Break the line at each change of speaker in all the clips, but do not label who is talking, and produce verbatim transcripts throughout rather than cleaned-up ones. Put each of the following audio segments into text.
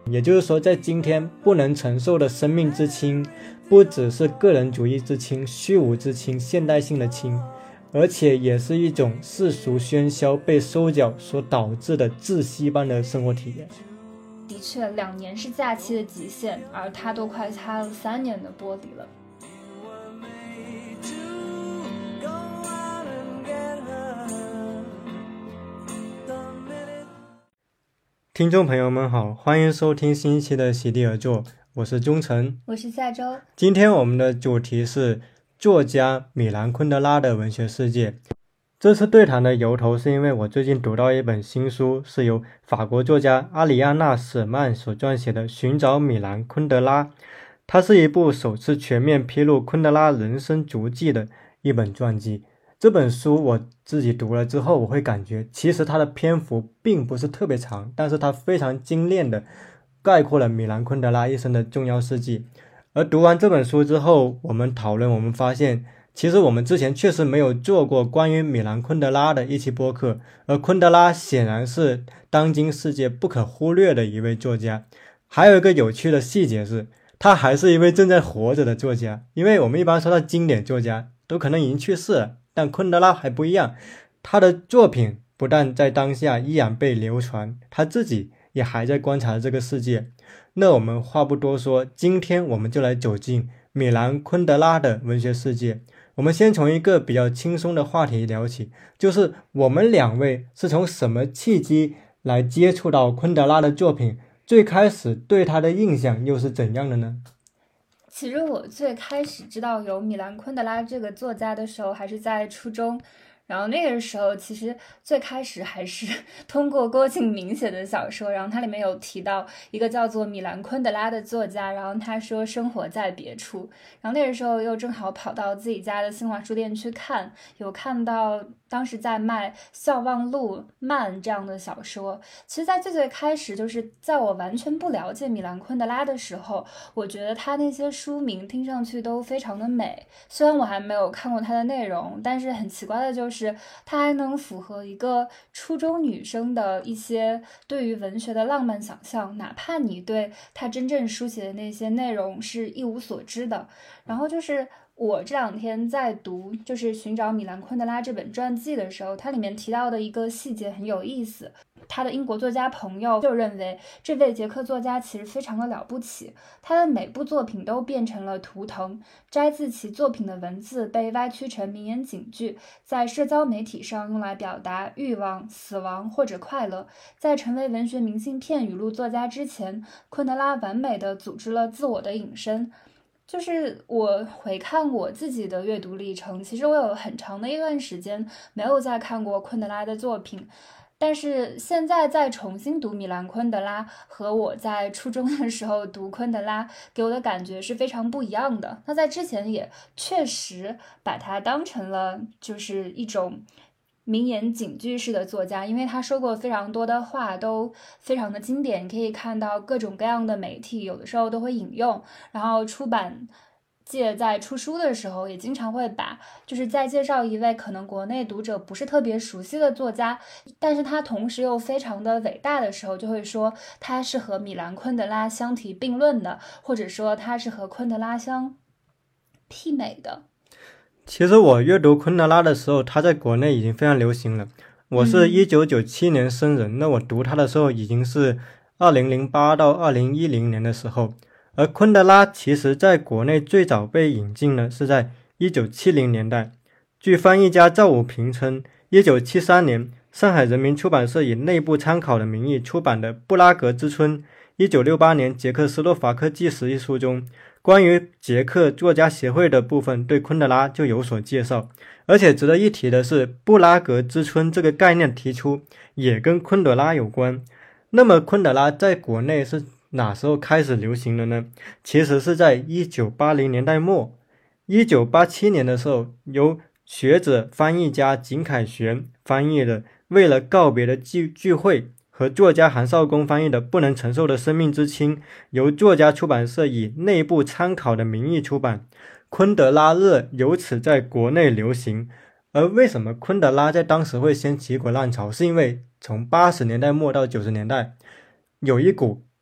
也就是说，在今天不能承受的生命之轻，不只是个人主义之轻、虚无之轻、现代性的轻，而且也是一种世俗喧嚣被收缴所导致的窒息般的生活体验。
的确，两年是假期的极限，而他都快擦了三年的玻璃了。
听众朋友们好，欢迎收听新一期的席地而坐，我是钟晨，
我是夏周。
今天我们的主题是作家米兰昆德拉的文学世界。这次对谈的由头是因为我最近读到一本新书，是由法国作家阿里安娜·史尔曼所撰写的《寻找米兰昆德拉》，它是一部首次全面披露昆德拉人生足迹的一本传记。这本书我自己读了之后，我会感觉其实它的篇幅并不是特别长，但是它非常精炼的概括了米兰昆德拉一生的重要事迹。而读完这本书之后，我们讨论，我们发现其实我们之前确实没有做过关于米兰昆德拉的一期播客，而昆德拉显然是当今世界不可忽略的一位作家。还有一个有趣的细节是，他还是一位正在活着的作家，因为我们一般说到经典作家都可能已经去世了，但昆德拉还不一样，他的作品不但在当下依然被流传，他自己也还在观察这个世界。那我们话不多说，今天我们就来走进米兰昆德拉的文学世界。我们先从一个比较轻松的话题聊起，就是我们两位是从什么契机来接触到昆德拉的作品，最开始对他的印象又是怎样的呢？
其实我最开始知道有米兰昆德拉这个作家的时候还是在初中，然后那个时候其实最开始还是通过郭敬明写的小说，然后它里面有提到一个叫做米兰昆德拉的作家，然后他说生活在别处，然后那个时候又正好跑到自己家的新华书店去看，有看到当时在卖《笑忘录慢》这样的小说。其实在最最开始，就是在我完全不了解米兰昆德拉的时候，我觉得他那些书名听上去都非常的美，虽然我还没有看过他的内容，但是很奇怪的就是他还能符合一个初中女生的一些对于文学的浪漫想象，哪怕你对他真正书写的那些内容是一无所知的。然后就是我这两天在读就是寻找米兰昆德拉这本传记的时候，它里面提到的一个细节很有意思，他的英国作家朋友就认为这位捷克作家其实非常的了不起，他的每部作品都变成了图腾，摘自其作品的文字被歪曲成名言警句，在社交媒体上用来表达欲望、死亡或者快乐。在成为文学明信片语录作家之前，昆德拉完美的组织了自我的隐身。就是我回看我自己的阅读历程，其实我有很长的一段时间没有再看过昆德拉的作品，但是现在再重新读米兰昆德拉和我在初中的时候读昆德拉给我的感觉是非常不一样的。那在之前也确实把它当成了就是一种名言警句式的作家，因为他说过非常多的话都非常的经典，可以看到各种各样的媒体有的时候都会引用，然后出版界在出书的时候也经常会把就是在介绍一位可能国内读者不是特别熟悉的作家，但是他同时又非常的伟大的时候，就会说他是和米兰昆德拉相提并论的，或者说他是和昆德拉相媲美的。
其实我阅读昆德拉的时候，他在国内已经非常流行了。我是一九九七年生人、嗯、那我读他的时候已经是二零零八到二零一零年的时候，而昆德拉其实在国内最早被引进呢是在一九七零年代。据翻译家赵武平称，一九七三年上海人民出版社以内部参考的名义出版的《布拉格之春》，一九六八年捷克斯洛伐克纪实一书中，关于捷克作家协会的部分对昆德拉就有所介绍。而且值得一提的是，布拉格之春这个概念提出也跟昆德拉有关。那么昆德拉在国内是哪时候开始流行的呢？其实是在一九八零年代末。一九八七年的时候，由学者翻译家景凯旋翻译的《为了告别的聚聚会》和作家韩少功翻译的《不能承受的生命之轻》，由作家出版社以内部参考的名义出版。昆德拉热由此在国内流行。而为什么昆德拉在当时会掀起一股浪潮，是因为从八十年代末到九十年代有一股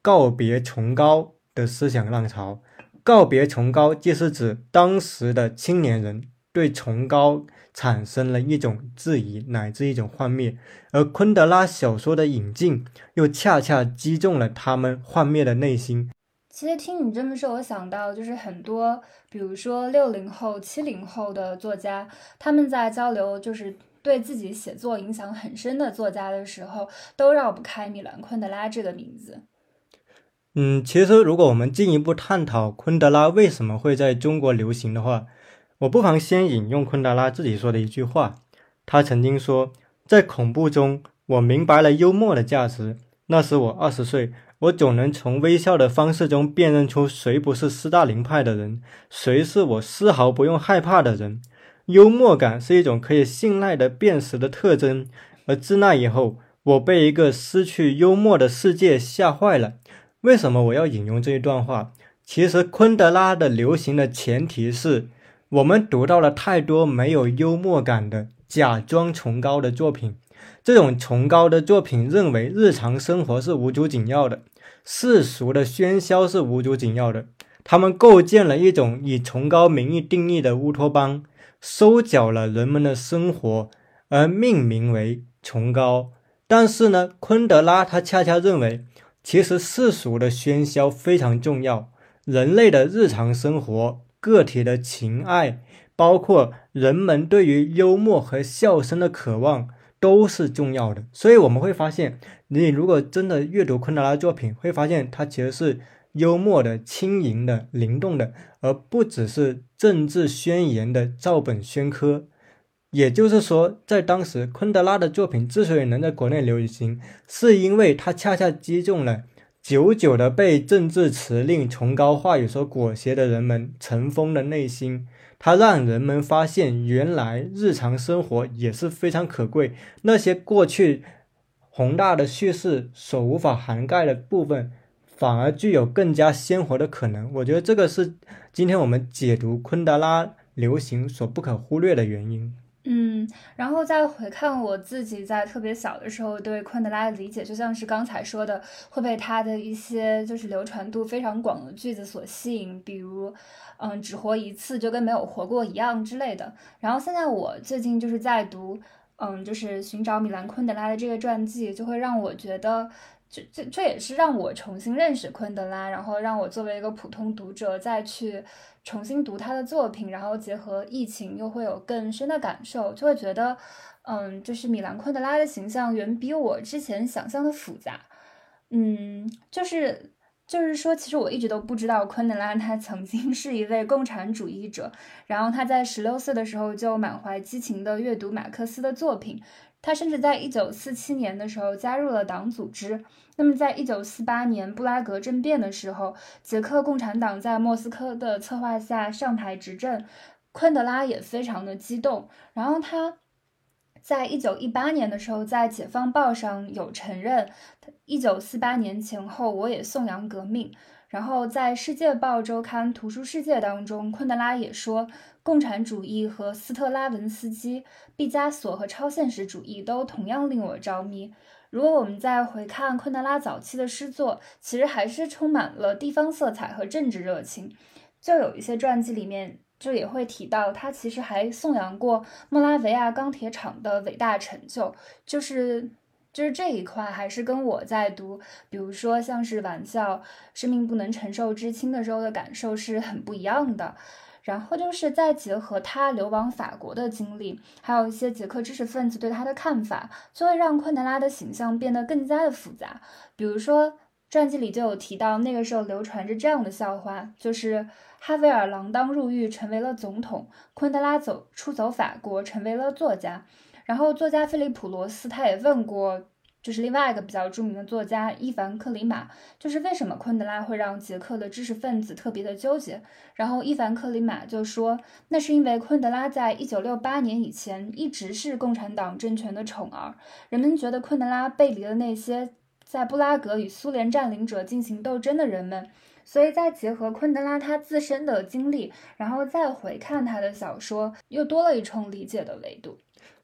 告别崇高的思想浪潮。告别崇高既是指当时的青年人对崇高产生了一种质疑乃至一种幻灭，而昆德拉小说的引进又恰恰击中了他们幻灭的内心。
其实听你这么说，我想到就是很多，比如说六零后、七零后的作家，他们在交流就是对自己写作影响很深的作家的时候，都绕不开米兰昆德拉这个名字。
嗯，其实如果我们进一步探讨昆德拉为什么会在中国流行的话，我不妨先引用昆德拉自己说的一句话。他曾经说，在恐怖中我明白了幽默的价值。那时我二十岁，我总能从微笑的方式中辨认出谁不是斯大林派的人，谁是我丝毫不用害怕的人。幽默感是一种可以信赖的辨识的特征，而自那以后，我被一个失去幽默的世界吓坏了。为什么我要引用这一段话？其实昆德拉的流行的前提是我们读到了太多没有幽默感的假装崇高的作品。这种崇高的作品认为日常生活是无足紧要的，世俗的喧嚣是无足紧要的。他们构建了一种以崇高名义定义的乌托邦，收缴了人们的生活，而命名为崇高。但是呢，昆德拉他恰恰认为其实世俗的喧嚣非常重要，人类的日常生活、个体的情爱，包括人们对于幽默和笑声的渴望都是重要的。所以我们会发现，你如果真的阅读昆德拉作品，会发现它其实是幽默的、轻盈的、灵动的，而不只是政治宣言的照本宣科。也就是说，在当时昆德拉的作品之所以能在国内流行，是因为他恰恰击中了久久的被政治辞令、崇高话语所裹挟的人们尘封的内心。他让人们发现，原来日常生活也是非常可贵，那些过去宏大的叙事所无法涵盖的部分，反而具有更加鲜活的可能。我觉得这个是今天我们解读昆德拉流行所不可忽略的原因。
嗯，然后再回看我自己在特别小的时候对昆德拉的理解，就像是刚才说的，会被他的一些就是流传度非常广的句子所吸引，比如嗯，只活一次就跟没有活过一样之类的。然后现在我最近就是在读嗯，就是寻找米兰昆德拉的这个传记，就会让我觉得这这这也是让我重新认识昆德拉，然后让我作为一个普通读者再去重新读他的作品，然后结合疫情又会有更深的感受，就会觉得嗯，就是米兰昆德拉的形象远比我之前想象的复杂。嗯，就是就是说，其实我一直都不知道昆德拉他曾经是一位共产主义者，然后他在十六岁的时候就满怀激情地阅读马克思的作品，他甚至在一九四七年的时候加入了党组织。那么在一九四八年布拉格政变的时候，捷克共产党在莫斯科的策划下上台执政，昆德拉也非常的激动，然后他在一九一八年的时候，在《解放报》上有承认，一九四八年前后我也颂扬革命。然后在《世界报》周刊《图书世界》当中，昆德拉也说，共产主义和斯特拉文斯基、毕加索和超现实主义都同样令我着迷。如果我们再回看昆德拉早期的诗作，其实还是充满了地方色彩和政治热情。就有一些传记里面就也会提到，他其实还颂扬过莫拉维亚钢铁厂的伟大成就，就是就是这一块还是跟我在读比如说像是玩笑生命不能承受之轻的时候的感受是很不一样的。然后就是再结合他流亡法国的经历，还有一些捷克知识分子对他的看法，就会让昆德拉的形象变得更加的复杂。比如说传记里就有提到，那个时候流传着这样的笑话，就是哈维尔锒铛入狱成为了总统，昆德拉走出走法国成为了作家。然后作家菲利普罗斯他也问过就是另外一个比较著名的作家伊凡克里马，就是为什么昆德拉会让捷克的知识分子特别的纠结。然后伊凡克里马就说，那是因为昆德拉在一九六八年以前一直是共产党政权的宠儿，人们觉得昆德拉背离了那些在布拉格与苏联占领者进行斗争的人们。所以再结合昆德拉他自身的经历，然后再回看他的小说，又多了一重理解的维度。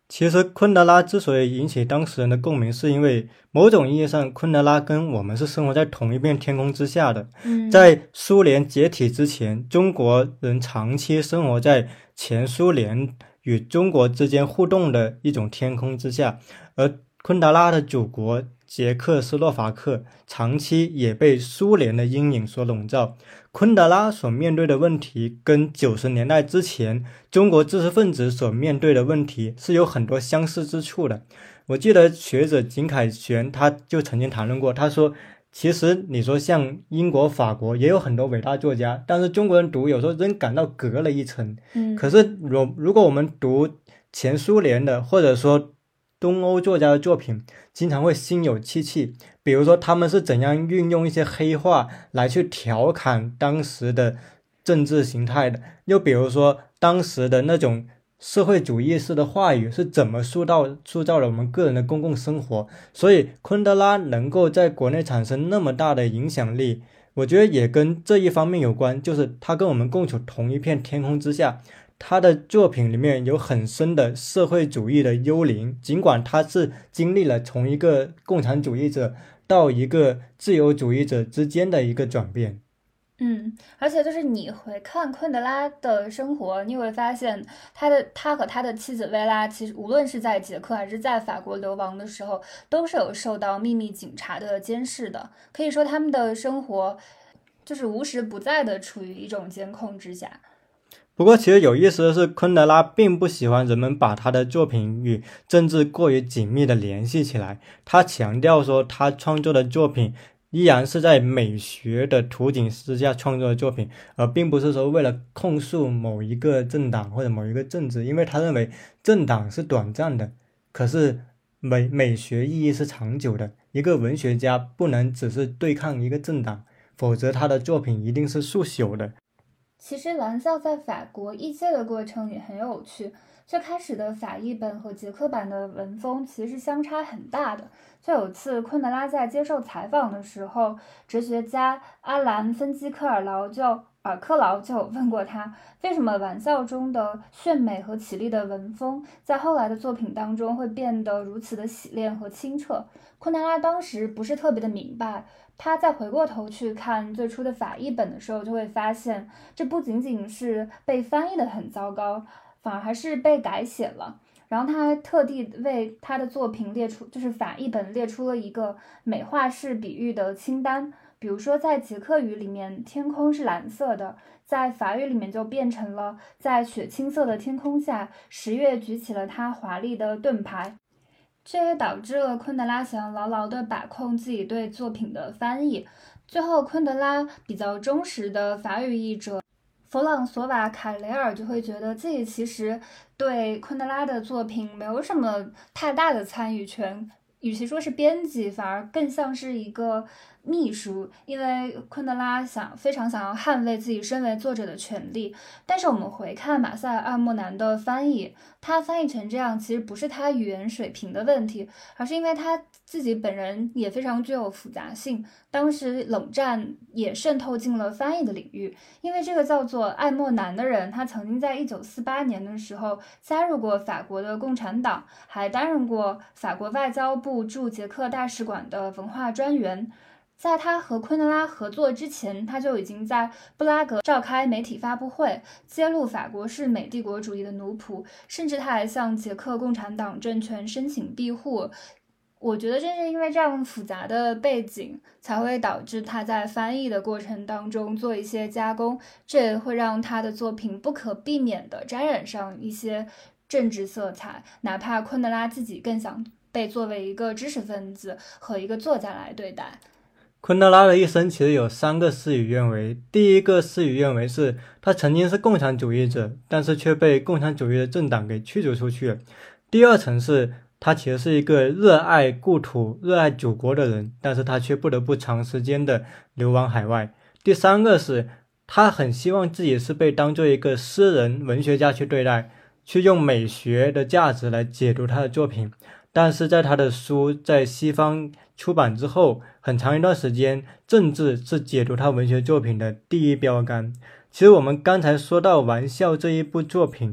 其实昆德拉之所以引起当时人的共鸣，是因为某种意义上，昆德拉跟我们是生活在同一片天空之下的。
嗯，
在苏联解体之前，中国人长期生活在前苏联与中国之间互动的一种天空之下，而昆德拉的祖国捷克斯洛伐克长期也被苏联的阴影所笼罩。昆德拉所面对的问题跟九十年代之前中国知识分子所面对的问题是有很多相似之处的。我记得学者景凯旋他就曾经谈论过，他说其实你说像英国法国也有很多伟大作家，但是中国人读有时候真感到隔了一层。
嗯，
可是如如果我们读前苏联的或者说东欧作家的作品，经常会心有戚戚。比如说他们是怎样运用一些黑话来去调侃当时的政治形态的，又比如说当时的那种社会主义式的话语是怎么塑造塑造了我们个人的公共生活。所以昆德拉能够在国内产生那么大的影响力，我觉得也跟这一方面有关，就是他跟我们共处同一片天空之下，他的作品里面有很深的社会主义的幽灵，尽管他是经历了从一个共产主义者到一个自由主义者之间的一个转变。
嗯，而且就是你回看昆德拉的生活，你会发现他的他和他的妻子薇拉，其实无论是在捷克还是在法国流亡的时候，都是有受到秘密警察的监视的。可以说他们的生活就是无时不在的处于一种监控之下。
不过其实有意思的是，昆德拉并不喜欢人们把他的作品与政治过于紧密的联系起来。他强调说，他创作的作品依然是在美学的图景之下创作的作品，而并不是说为了控诉某一个政党或者某一个政治，因为他认为政党是短暂的，可是美美学意义是长久的。一个文学家不能只是对抗一个政党，否则他的作品一定是速朽的。
其实蓝校在法国译介的过程也很有趣，最开始的法译本和捷克版的文风其实相差很大的。就有次昆德拉在接受采访的时候，哲学家阿兰·芬基科尔劳就尔克劳就问过他，为什么玩笑中的炫美和绮丽的文风在后来的作品当中会变得如此的洗练和清澈。昆德拉当时不是特别的明白，他再回过头去看最初的法译本的时候，就会发现这不仅仅是被翻译的很糟糕，反而还是被改写了。然后他还特地为他的作品列出，就是法译本列出了一个美化式比喻的清单。比如说在捷克语里面天空是蓝色的，在法语里面就变成了在雪青色的天空下，十月举起了他华丽的盾牌。这也导致了昆德拉想要牢牢地把控自己对作品的翻译。最后昆德拉比较忠实的法语译者弗朗索瓦·凯雷尔就会觉得自己其实对昆德拉的作品没有什么太大的参与权，与其说是编辑，反而更像是一个秘书，因为昆德拉想非常想要捍卫自己身为作者的权利。但是我们回看马塞尔·阿莫南的翻译，他翻译成这样其实不是他语言水平的问题，而是因为他自己本人也非常具有复杂性。当时冷战也渗透进了翻译的领域，因为这个叫做艾莫南的人，他曾经在一九四八年的时候加入过法国的共产党，还担任过法国外交部驻捷克大使馆的文化专员。在他和昆德拉合作之前，他就已经在布拉格召开媒体发布会，揭露法国是美帝国主义的奴仆，甚至他还向捷克共产党政权申请庇护。我觉得正是因为这样复杂的背景，才会导致他在翻译的过程当中做一些加工，这也会让他的作品不可避免地沾染上一些政治色彩，哪怕昆德拉自己更想被作为一个知识分子和一个作家来对待。
昆德拉的一生其实有三个事与愿违。第一个事与愿违是他曾经是共产主义者，但是却被共产主义的政党给驱逐出去了。第二层是他其实是一个热爱故土、热爱祖国的人，但是他却不得不长时间的流亡海外。第三个是他很希望自己是被当做一个诗人、文学家去对待，去用美学的价值来解读他的作品。但是在他的书在西方出版之后，很长一段时间，政治是解读他文学作品的第一标杆。其实我们刚才说到《玩笑》这一部作品，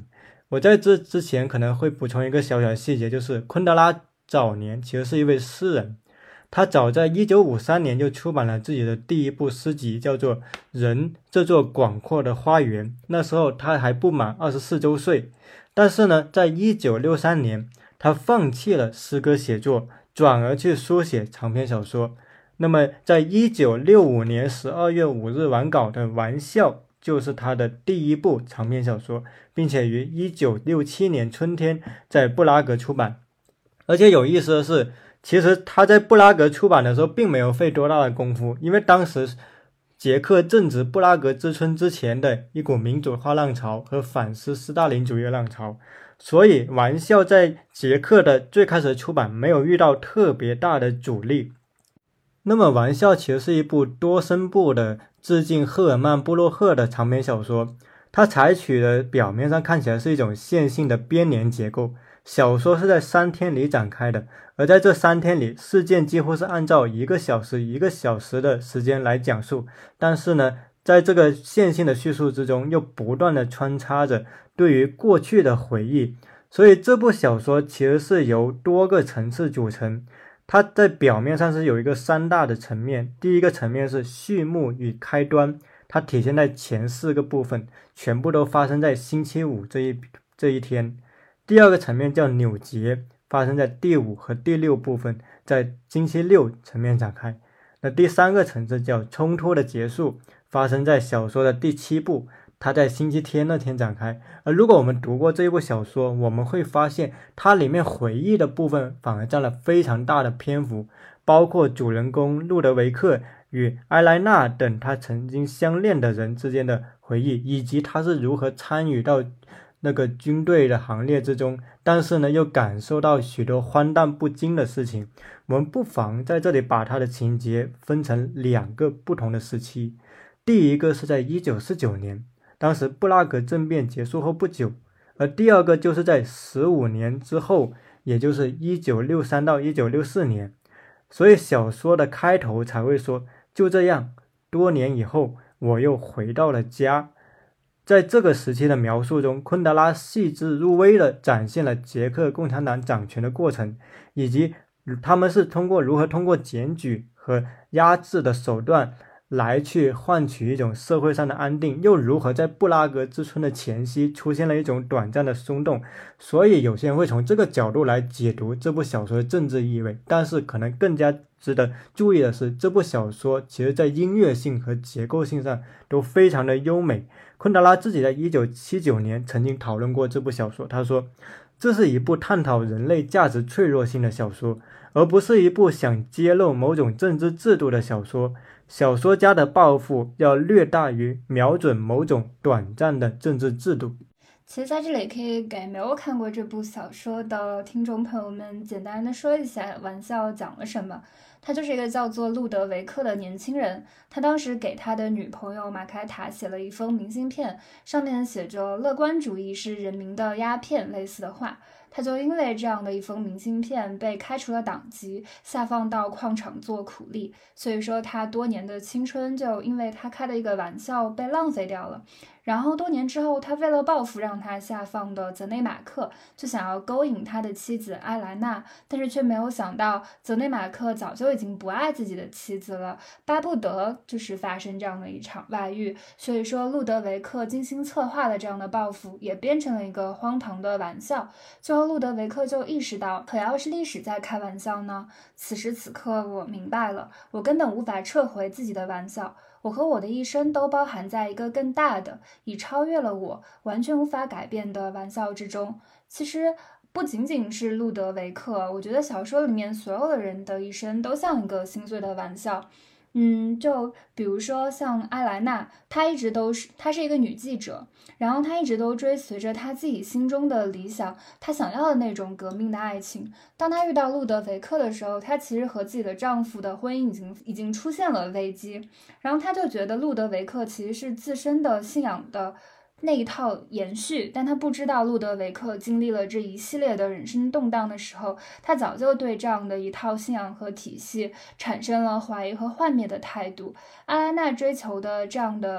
我在这之前可能会补充一个小小的细节，就是昆德拉早年其实是一位诗人，他早在一九五三年就出版了自己的第一部诗集，叫做《人这座广阔的花园》。那时候他还不满二十四周岁，但是呢，在一九六三年，他放弃了诗歌写作，转而去书写长篇小说。那么，在一九六五年十二月五日完稿的《玩笑》就是他的第一部长篇小说，并且于一九六七年春天在布拉格出版。而且有意思的是，其实他在布拉格出版的时候并没有费多大的功夫，因为当时捷克正值布拉格之春之前的一股民主化浪潮和反思斯大林主义的浪潮，所以《玩笑》在捷克的最开始出版没有遇到特别大的阻力。那么《玩笑》其实是一部多声部的致敬赫尔曼·布洛赫的长篇小说，它采取的表面上看起来是一种线性的编年结构，小说是在三天里展开的，而在这三天里，事件几乎是按照一个小时一个小时的时间来讲述，但是呢，在这个线性的叙述之中，又不断的穿插着对于过去的回忆，所以这部小说其实是由多个层次组成。它在表面上是有一个三大的层面，第一个层面是序幕与开端，它体现在前四个部分，全部都发生在星期五这一这一天。第二个层面叫扭结，发生在第五和第六部分，在星期六层面展开。那第三个层次叫冲突的结束，发生在小说的第七部，它在星期天那天展开。而如果我们读过这一部小说，我们会发现它里面回忆的部分反而占了非常大的篇幅，包括主人公路德维克与埃莱娜等他曾经相恋的人之间的回忆，以及他是如何参与到那个军队的行列之中，但是呢又感受到许多荒诞不经的事情。我们不妨在这里把他的情节分成两个不同的时期。第一个是在一九四九年，当时布拉格政变结束后不久，而第二个就是在十五年之后，也就是一九六三到一九六四年。所以小说的开头才会说，就这样，多年以后，我又回到了家。在这个时期的描述中，昆德拉细致入微地展现了捷克共产党掌权的过程，以及他们是通过如何通过检举和压制的手段来去换取一种社会上的安定，又如何在布拉格之春的前夕出现了一种短暂的松动。所以有些人会从这个角度来解读这部小说的政治意味，但是可能更加值得注意的是，这部小说其实在音乐性和结构性上都非常的优美。昆德拉自己在一九七九年曾经讨论过这部小说，他说，这是一部探讨人类价值脆弱性的小说，而不是一部想揭露某种政治制度的小说。小说家的抱负要略大于瞄准某种短暂的政治制度。
其实在这里可以给没有看过这部小说的听众朋友们简单的说一下玩笑讲了什么。他就是一个叫做路德维克的年轻人，他当时给他的女朋友马凯塔写了一封明信片，上面写着乐观主义是人民的鸦片类似的话。他就因为这样的一封明信片被开除了党籍，下放到矿场做苦力，所以说他多年的青春就因为他开的一个玩笑被浪费掉了。然后多年之后，他为了报复让他下放的泽内马克，就想要勾引他的妻子埃莱娜，但是却没有想到泽内马克早就已经不爱自己的妻子了，巴不得就是发生这样的一场外遇。所以说路德维克精心策划的这样的报复也变成了一个荒唐的玩笑。最后路德维克就意识到，可要是历史在开玩笑呢？此时此刻我明白了，我根本无法撤回自己的玩笑，我和我的一生都包含在一个更大的，已超越了我，完全无法改变的玩笑之中。其实不仅仅是路德维克，我觉得小说里面所有的人的一生都像一个心碎的玩笑。嗯，就比如说像埃莱娜，她一直都是，她是一个女记者，然后她一直都追随着她自己心中的理想，她想要的那种革命的爱情。当她遇到路德维克的时候，她其实和自己的丈夫的婚姻已经已经出现了危机，然后她就觉得路德维克其实是自身的信仰的那一套延续，但他不知道路德维克经历了这一系列的人生动荡的时候，他早就对这样的一套信仰和体系产生了怀疑和幻灭的态度。阿拉娜追求的这样的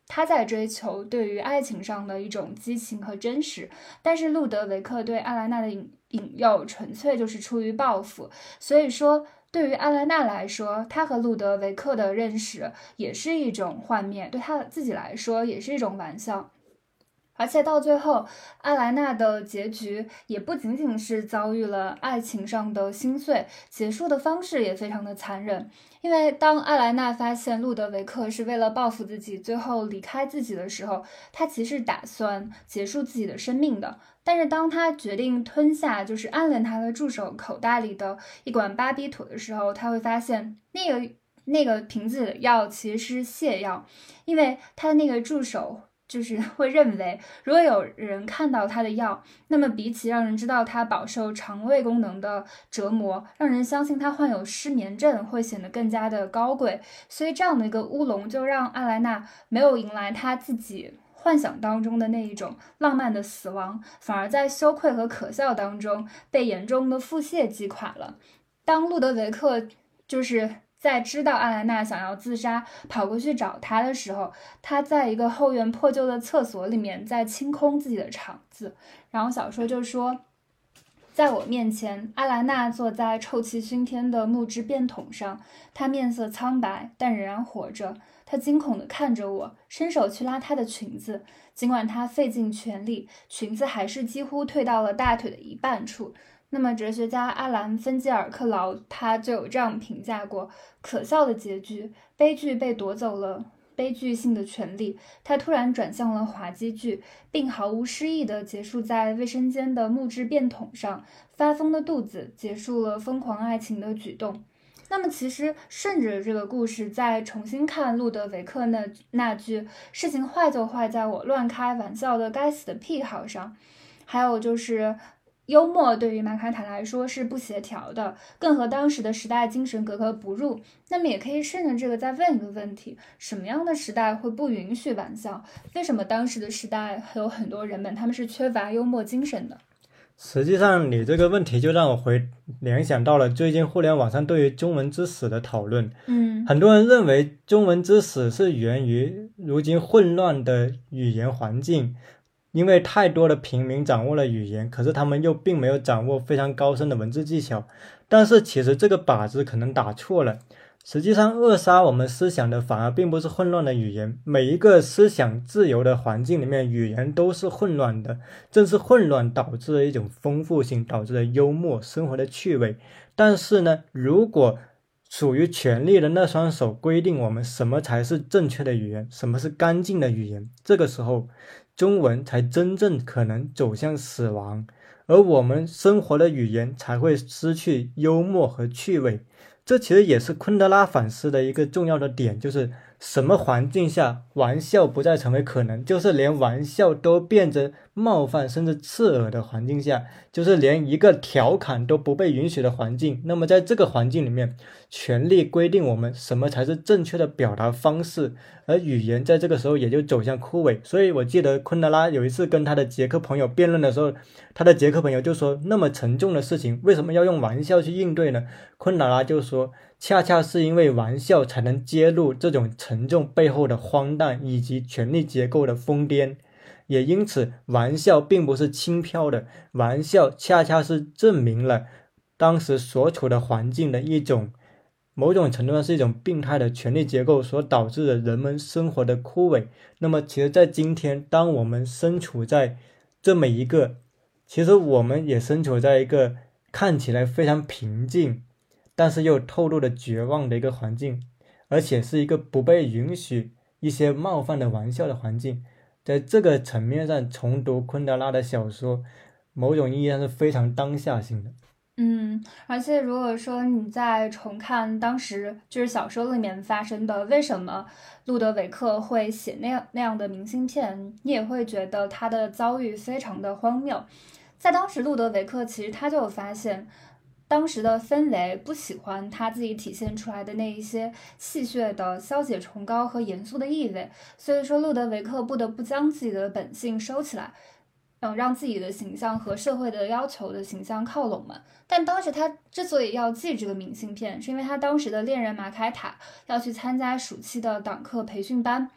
他在追求对于爱情上的一种激情和真实，但是路德维克对艾莱娜的引引诱纯粹就是出于报复。所以说对于艾莱娜来说，她和路德维克的认识也是一种幻灭，对她自己来说也是一种玩笑。而且到最后，艾莱娜的结局也不仅仅是遭遇了爱情上的心碎，结束的方式也非常的残忍。因为当艾莱娜发现路德维克是为了报复自己，最后离开自己的时候，她其实打算结束自己的生命的。但是当她决定吞下就是暗恋她的助手口袋里的一管巴比妥的时候，她会发现那个那个瓶子里的药其实是泻药，因为她的那个助手就是会认为，如果有人看到他的药，那么比起让人知道他饱受肠胃功能的折磨，让人相信他患有失眠症会显得更加的高贵。所以这样的一个乌龙就让艾莱娜没有迎来他自己幻想当中的那一种浪漫的死亡，反而在羞愧和可笑当中被严重的腹泻击垮了。当路德维克就是在知道艾莱娜想要自杀跑过去找他的时候，他在一个后院破旧的厕所里面在清空自己的肠子。然后小说就说，在我面前，艾莱娜坐在臭气熏天的木质便桶上，她面色苍白但仍然活着。她惊恐地看着我，伸手去拉她的裙子，尽管她费尽全力，裙子还是几乎退到了大腿的一半处。那么哲学家阿兰·芬基尔克劳他就有这样评价过：可笑的结局，悲剧被夺走了悲剧性的权利，他突然转向了滑稽剧，并毫无诗意地结束在卫生间的木质便桶上。发疯的肚子结束了疯狂爱情的举动。那么其实顺着这个故事再重新看路德维克那那句事情坏就坏在我乱开玩笑的该死的癖好上，还有就是幽默对于马卡塔来说是不协调的，更和当时的时代精神格格不入。那么也可以顺着这个再问一个问题，什么样的时代会不允许玩笑？为什么当时的时代有很多人们他们是缺乏幽默精神的？
实际上你这个问题就让我回联想到了最近互联网上对于中文之死的讨论。
嗯，
很多人认为中文之死是源于如今混乱的语言环境，因为太多的平民掌握了语言，可是他们又并没有掌握非常高深的文字技巧。但是其实这个靶子可能打错了，实际上扼杀我们思想的反而并不是混乱的语言，每一个思想自由的环境里面，语言都是混乱的，正是混乱导致了一种丰富性，导致了幽默生活的趣味。但是呢，如果属于权力的那双手规定我们什么才是正确的语言，什么是干净的语言，这个时候中文才真正可能走向死亡，而我们生活的语言才会失去幽默和趣味。这其实也是昆德拉反思的一个重要的点，就是什么环境下玩笑不再成为可能，就是连玩笑都变成冒犯甚至刺耳的环境下，就是连一个调侃都不被允许的环境。那么在这个环境里面，权力规定我们什么才是正确的表达方式，而语言在这个时候也就走向枯萎。所以我记得昆德拉有一次跟他的捷克朋友辩论的时候，他的捷克朋友就说，那么沉重的事情为什么要用玩笑去应对呢？昆德拉就说，恰恰是因为玩笑才能揭露这种沉重背后的荒诞以及权力结构的疯癫，也因此玩笑并不是轻飘的，玩笑恰恰是证明了当时所处的环境的一种某种程度上是一种病态的权力结构所导致的人们生活的枯萎。那么其实在今天，当我们身处在这么一个其实我们也身处在一个看起来非常平静但是又透露了绝望的一个环境，而且是一个不被允许一些冒犯的玩笑的环境。在这个层面上重读昆德拉的小说，某种意义上是非常当下性的。
嗯，而且如果说你再重看当时就是小说里面发生的，为什么路德维克会写那样那样的明信片，你也会觉得他的遭遇非常的荒谬。在当时路德维克其实他就有发现当时的氛围不喜欢他自己体现出来的那一些戏谑的消解崇高和严肃的意味，所以说路德维克不得不将自己的本性收起来，嗯，让自己的形象和社会的要求的形象靠拢嘛。但当时他之所以要寄这个明信片，是因为他当时的恋人马凯塔要去参加暑期的党课培训班，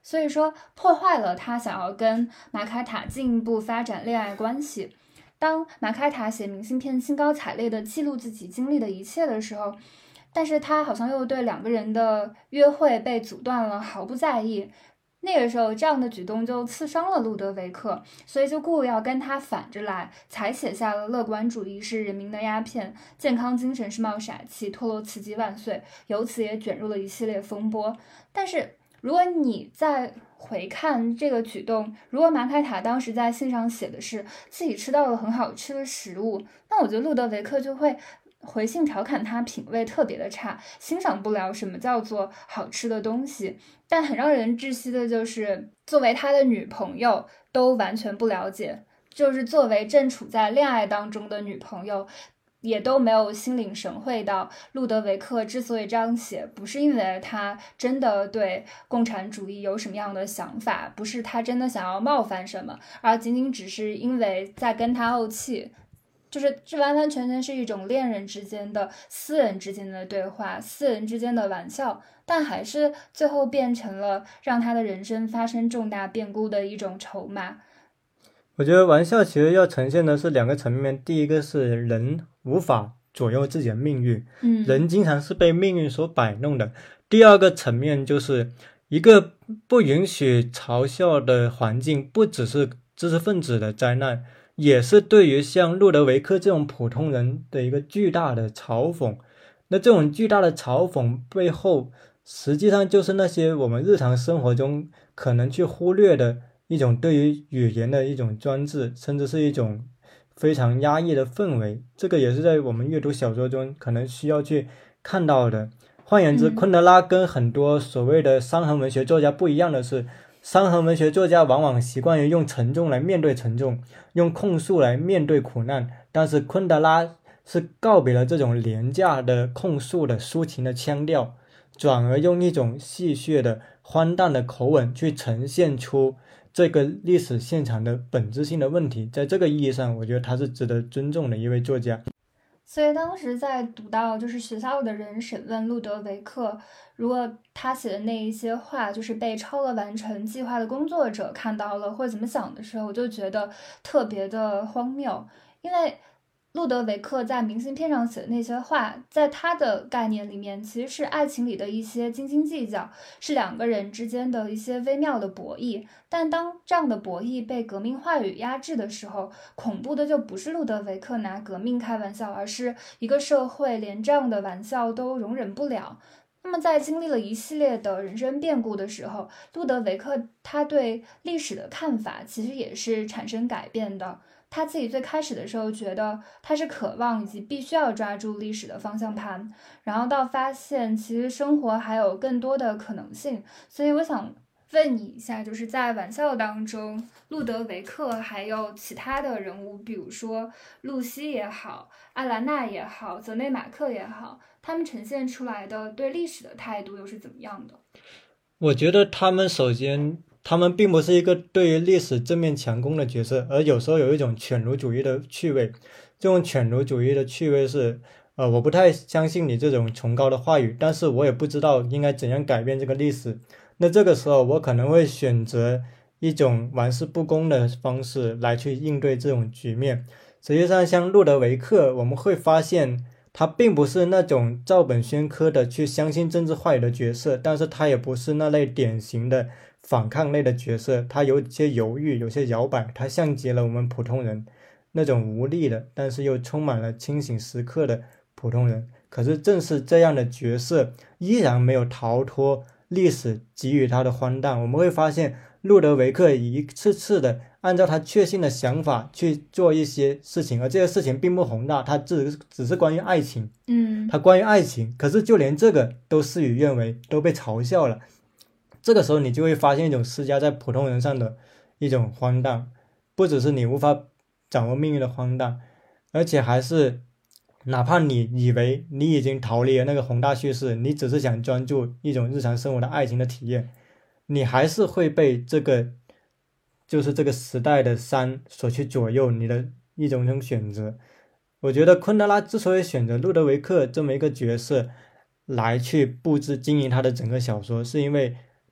所以说破坏了他想要跟马凯塔进一步发展恋爱关系。当马凯塔写明信片兴高采烈地记录自己经历的一切的时候，但是他好像又对两个人的约会被阻断了毫不在意。那个时候这样的举动就刺伤了路德维克，所以就故意要跟他反着来，才写下了乐观主义是人民的鸦片，健康精神是冒傻气，托洛茨基万岁，由此也卷入了一系列风波。但是如果你再回看这个举动，如果马凯塔当时在信上写的是自己吃到了很好吃的食物，那我觉得路德维克就会回信调侃他品味特别的差，欣赏不了什么叫做好吃的东西。但很让人窒息的就是作为他的女朋友都完全不了解，就是作为正处在恋爱当中的女朋友也都没有心领神会到路德维克之所以这样写，不是因为他真的对共产主义有什么样的想法，不是他真的想要冒犯什么，而仅仅只是因为在跟他怄气。就是这完完全全是一种恋人之间的私人之间的对话，私人之间的玩笑，但还是最后变成了让他的人生发生重大变故的一种筹码。
我觉得玩笑其实要呈现的是两个层面，第一个是人无法左右自己的命运，
嗯，
人经常是被命运所摆弄的。第二个层面就是一个不允许嘲笑的环境，不只是知识分子的灾难，也是对于像路德维克这种普通人的一个巨大的嘲讽。那这种巨大的嘲讽背后，实际上就是那些我们日常生活中可能去忽略的一种对于语言的一种专制，甚至是一种非常压抑的氛围。这个也是在我们阅读小说中可能需要去看到的。换言之，昆德拉跟很多所谓的伤痕文学作家不一样的是，伤痕文学作家往往习惯于用沉重来面对沉重，用控诉来面对苦难，但是昆德拉是告别了这种廉价的控诉的抒情的腔调，转而用一种戏谑的荒诞的口吻去呈现出这个历史现场的本质性的问题。在这个意义上，我觉得他是值得尊重的一位作家。
所以当时在读到就是学校的人审问路德维克，如果他写的那一些话就是被超额完成计划的工作者看到了或怎么想的时候，我就觉得特别的荒谬。因为路德维克在明信片上写的那些话，在他的概念里面其实是爱情里的一些斤斤计较，是两个人之间的一些微妙的博弈。但当这样的博弈被革命话语压制的时候，恐怖的就不是路德维克拿革命开玩笑，而是一个社会连这样的玩笑都容忍不了。那么在经历了一系列的人生变故的时候，路德维克他对历史的看法其实也是产生改变的。他自己最开始的时候觉得他是渴望以及必须要抓住历史的方向盘，然后到发现其实生活还有更多的可能性。所以我想问你一下，就是在玩笑当中，路德维克还有其他的人物，比如说露西也好，阿兰娜也好，泽内马克也好，他们呈现出来的对历史的态度又是怎么样的？
我觉得他们首先他们并不是一个对于历史正面强攻的角色，而有时候有一种犬儒主义的趣味。这种犬儒主义的趣味是呃，我不太相信你这种崇高的话语，但是我也不知道应该怎样改变这个历史。那这个时候我可能会选择一种玩世不恭的方式来去应对这种局面。实际上像路德维克，我们会发现他并不是那种照本宣科的去相信政治话语的角色，但是他也不是那类典型的反抗类的角色，他有些犹豫，有些摇摆，他像极了我们普通人那种无力的但是又充满了清醒时刻的普通人。可是正是这样的角色依然没有逃脱历史给予他的荒诞。我们会发现路德维克一次次的按照他确信的想法去做一些事情，而这些事情并不宏大，他只只是关于爱情，
嗯，
他关于爱情，可是就连这个都事与愿违，都被嘲笑了。这个时候你就会发现一种施加在普通人上的一种荒诞，不只是你无法掌握命运的荒诞，而且还是哪怕你以为你已经逃离了那个宏大叙事，你只是想专注一种日常生活的爱情的体验，你还是会被这个就是这个时代的山所去左右你的一种种选择。我觉得昆德拉之所以选择路德维克这么一个角色来去布置经营他的整个小说，是因为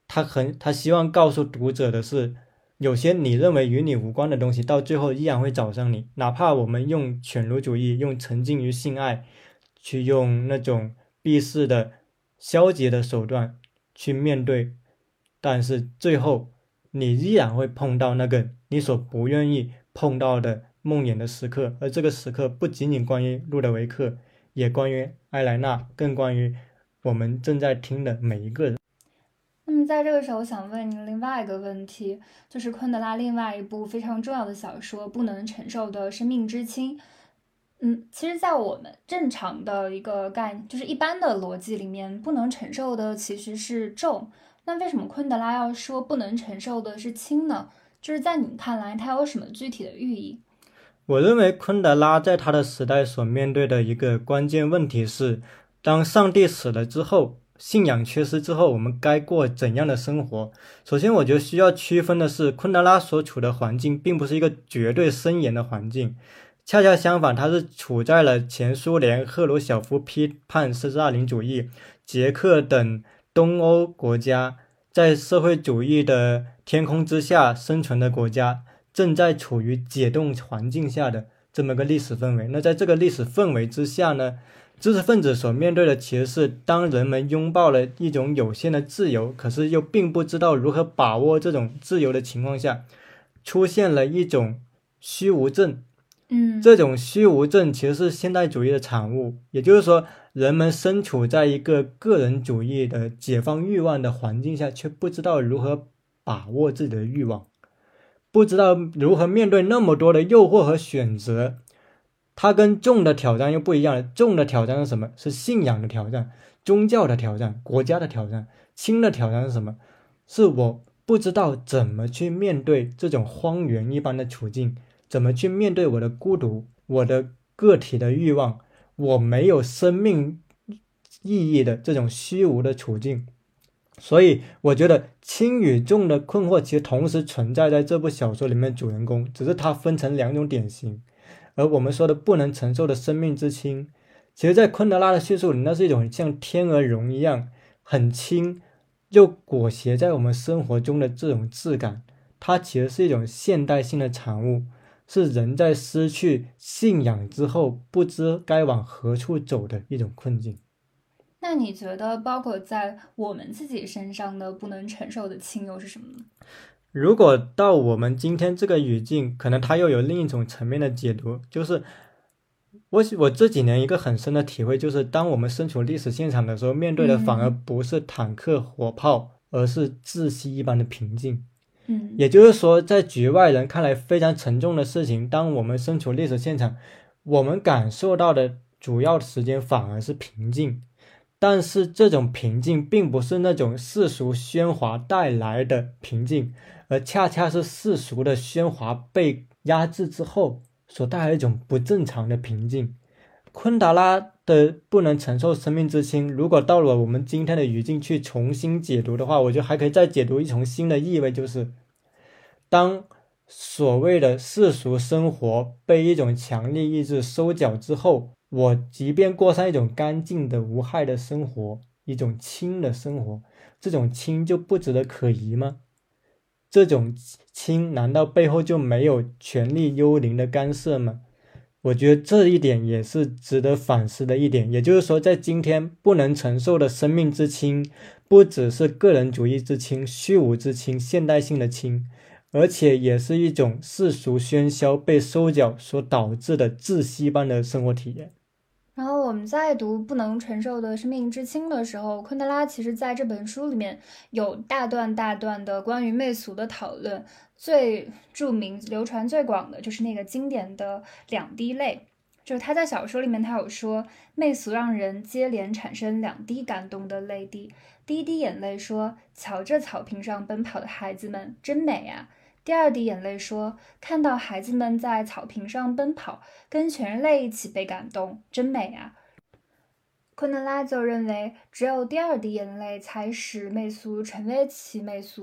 他很他希望告诉读者的是，有些你认为与你无关的东西，到最后依然会找上你。哪怕我们用犬儒主义，用沉浸于性爱，去用那种避世的消极的手段去面对，但是最后你依然会碰到那个你所不愿意碰到的梦魇的时刻。而这个时刻不仅仅关于路德维克，也关于埃莱娜，更关于我们正在听的每一个人。
那么在这个时候，想问你另外一个问题，就是昆德拉另外一部非常重要的小说《不能承受的生命之轻》。嗯，其实，在我们正常的一个概念，就是一般的逻辑里面，不能承受的其实是重。那为什么昆德拉要说不能承受的是轻呢？就是在你看来，它有什么具体的寓意？
我认为昆德拉在他的时代所面对的一个关键问题是，当上帝死了之后，信仰缺失之后，我们该过怎样的生活？首先，我觉得需要区分的是，昆德拉所处的环境并不是一个绝对森严的环境，恰恰相反，他是处在了前苏联赫鲁晓夫批判斯大林主义、捷克等东欧国家在社会主义的天空之下生存的国家正在处于解冻环境下的这么个历史氛围。那在这个历史氛围之下呢，知识分子所面对的其实是，当人们拥抱了一种有限的自由，可是又并不知道如何把握这种自由的情况下，出现了一种虚无症。
嗯，
这种虚无症其实是现代主义的产物，也就是说，人们身处在一个个人主义的解放欲望的环境下，却不知道如何把握自己的欲望，不知道如何面对那么多的诱惑和选择。它跟重的挑战又不一样了，重的挑战是什么？是信仰的挑战，宗教的挑战，国家的挑战。轻的挑战是什么？是我不知道怎么去面对这种荒原一般的处境，怎么去面对我的孤独，我的个体的欲望，我没有生命意义的这种虚无的处境。所以我觉得轻与重的困惑其实同时存在在这部小说里面，主人公只是它分成两种典型。而我们说的不能承受的生命之轻，其实在昆德拉的叙述里，那是一种像天鹅绒一样很轻又裹挟在我们生活中的这种质感。它其实是一种现代性的产物，是人在失去信仰之后不知该往何处走的一种困境。
那你觉得包括在我们自己身上的不能承受的轻又是什么呢？
如果到我们今天这个语境，可能它又有另一种层面的解读，就是我我这几年一个很深的体会，就是当我们身处历史现场的时候，面对的反而不是坦克火炮，而是窒息一般的平静。
嗯，
也就是说，在局外人看来非常沉重的事情，当我们身处历史现场，我们感受到的主要时间反而是平静。但是这种平静并不是那种世俗喧哗带来的平静，而恰恰是世俗的喧哗被压制之后所带来一种不正常的平静。昆德拉的不能承受生命之轻，如果到了我们今天的语境去重新解读的话，我觉得还可以再解读一重新的意味，就是当所谓的世俗生活被一种强力意志收缴之后，我即便过上一种干净的无害的生活，一种轻的生活，这种轻就不值得可疑吗？这种轻难道背后就没有权力幽灵的干涉吗？我觉得这一点也是值得反思的一点。也就是说，在今天不能承受的生命之轻，不只是个人主义之轻、虚无之轻、现代性的轻，而且也是一种世俗喧嚣被收缴所导致的窒息般的生活体验。
然后我们在读《不能承受的生命之轻》的时候，昆德拉其实在这本书里面有大段大段的关于媚俗的讨论，最著名、流传最广的就是那个经典的两滴泪。就是他在小说里面，他有说，媚俗让人接连产生两滴感动的泪滴。第一滴眼泪说：“瞧这草坪上奔跑的孩子们，真美啊！”第二滴眼泪说：“看到孩子们在草坪上奔跑，跟全人类一起被感动，真美啊！”昆德拉就认为，只有第二滴眼泪才使媚俗成为其媚俗。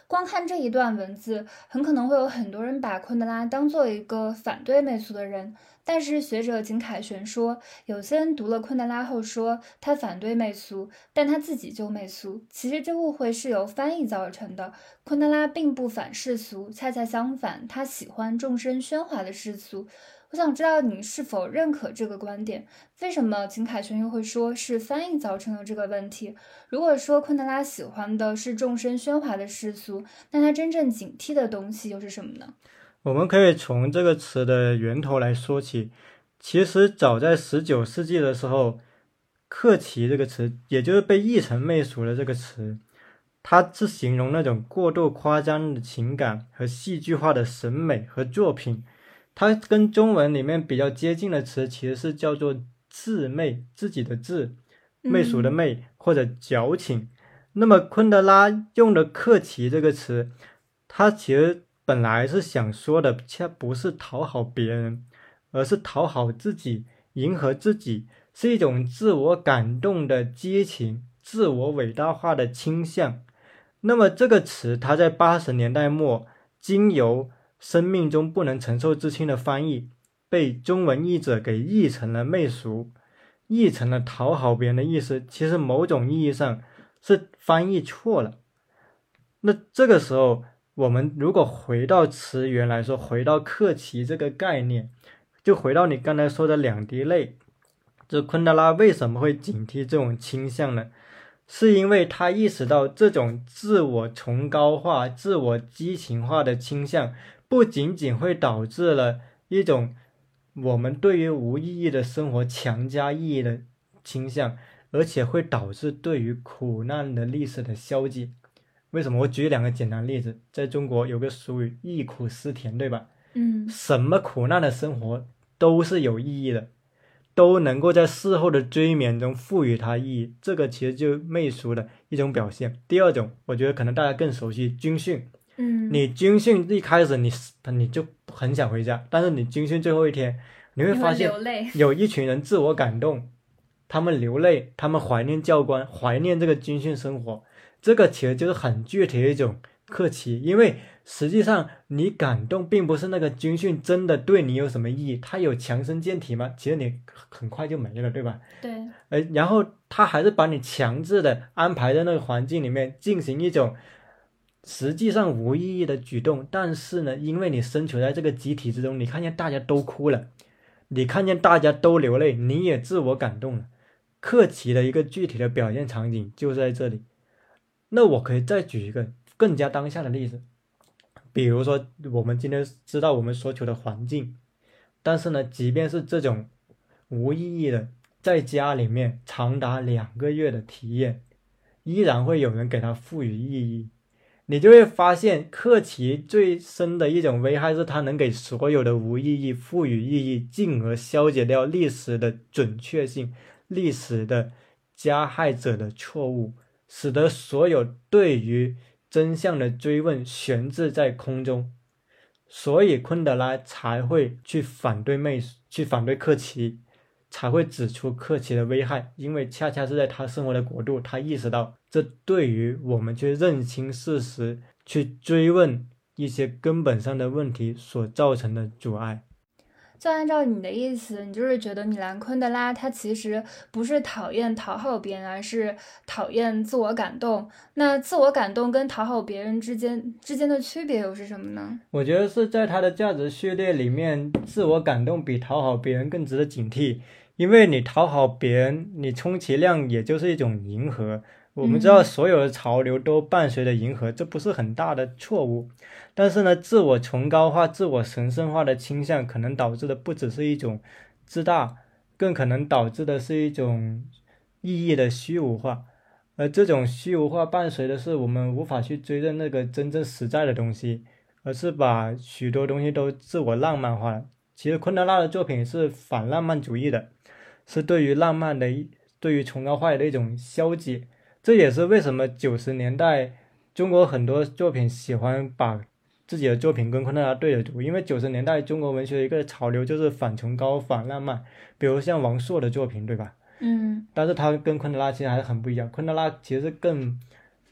光看这一段文字，很可能会有很多人把昆德拉当做一个反对媚俗的人。但是学者景凯旋说，有些人读了昆德拉后说他反对媚俗，但他自己就媚俗。其实这误会是由翻译造成的。昆德拉并不反世俗，恰恰相反，他喜欢众声喧哗的世俗。我想知道你是否认可这个观点？为什么景凯旋又会说是翻译造成了这个问题？如果说昆德拉喜欢的是众声喧哗的世俗，那他真正警惕的东西又是什么呢？
我们可以从这个词的源头来说起。其实早在十九世纪的时候，客奇这个词，也就是被译成媚俗的这个词，它是形容那种过度夸张的情感和戏剧化的审美和作品。它跟中文里面比较接近的词其实是叫做自媚，自己的自，媚俗的媚，或者矫情。那么昆德拉用的客奇这个词，他其实本来是想说的恰不是讨好别人，而是讨好自己，迎合自己，是一种自我感动的激情，自我伟大化的倾向。那么这个词它在八十年代末经由生命中不能承受之轻的翻译，被中文译者给译成了媚俗，译成了讨好别人的意思。其实某种意义上是翻译错了。那这个时候我们如果回到词源来说，回到客奇这个概念，就回到你刚才说的两滴泪，这昆德拉为什么会警惕这种倾向呢？是因为他意识到这种自我崇高化、自我激情化的倾向不仅仅会导致了一种我们对于无意义的生活强加意义的倾向，而且会导致对于苦难的历史的消解。为什么？我举两个简单例子。在中国有个俗语，忆苦思甜，对吧？
嗯，
什么苦难的生活都是有意义的，都能够在事后的追眠中赋予它意义，这个其实就媚俗的一种表现。第二种，我觉得可能大家更熟悉，军训。
嗯，
你军训一开始你你就很想回家，但是你军训最后一天，你会发现有一群人自我感动，他们流泪，他们怀念教官，怀念这个军训生活。这个其实就是很具体的一种客奇，因为实际上你感动并不是那个军训真的对你有什么意义，它有强身健体吗？其实你很快就没了，对吧？
对。
呃，然后他还是把你强制的安排在那个环境里面进行一种实际上无意义的举动，但是呢，因为你身处在这个集体之中，你看见大家都哭了，你看见大家都流泪，你也自我感动了。客奇的一个具体的表现场景就在这里。那我可以再举一个更加当下的例子，比如说我们今天知道我们所处的环境，但是呢，即便是这种无意义的在家里面长达两个月的体验，依然会有人给它赋予意义。你就会发现客奇最深的一种危害是它能给所有的无意义赋予意义，进而消解掉历史的准确性，历史的加害者的错误，使得所有对于真相的追问悬置在空中。所以昆德拉才会去反对媚俗，去反对客奇，才会指出客奇的危害，因为恰恰是在他生活的国度，他意识到这对于我们去认清事实，去追问一些根本上的问题所造成的阻碍。
就按照你的意思，你就是觉得米兰昆德拉他其实不是讨厌讨好别人，而是讨厌自我感动。那自我感动跟讨好别人之间之间的区别又是什么呢？
我觉得是在他的价值序列里面，自我感动比讨好别人更值得警惕。因为你讨好别人，你充其量也就是一种迎合。我们知道所有的潮流都伴随着迎合，这不是很大的错误。但是呢，自我崇高化、自我神圣化的倾向可能导致的不只是一种自大，更可能导致的是一种意义的虚无化。而这种虚无化伴随的是我们无法去追认那个真正实在的东西，而是把许多东西都自我浪漫化了。其实昆德拉的作品是反浪漫主义的，是对于浪漫的、对于崇高化的一种消解。这也是为什么九十年代中国很多作品喜欢把自己的作品跟昆德拉对着读，因为九十年代中国文学的一个潮流就是反崇高、反浪漫，比如像王朔的作品，对吧？
嗯，
但是他跟昆德拉其实还是很不一样。昆德拉其实是更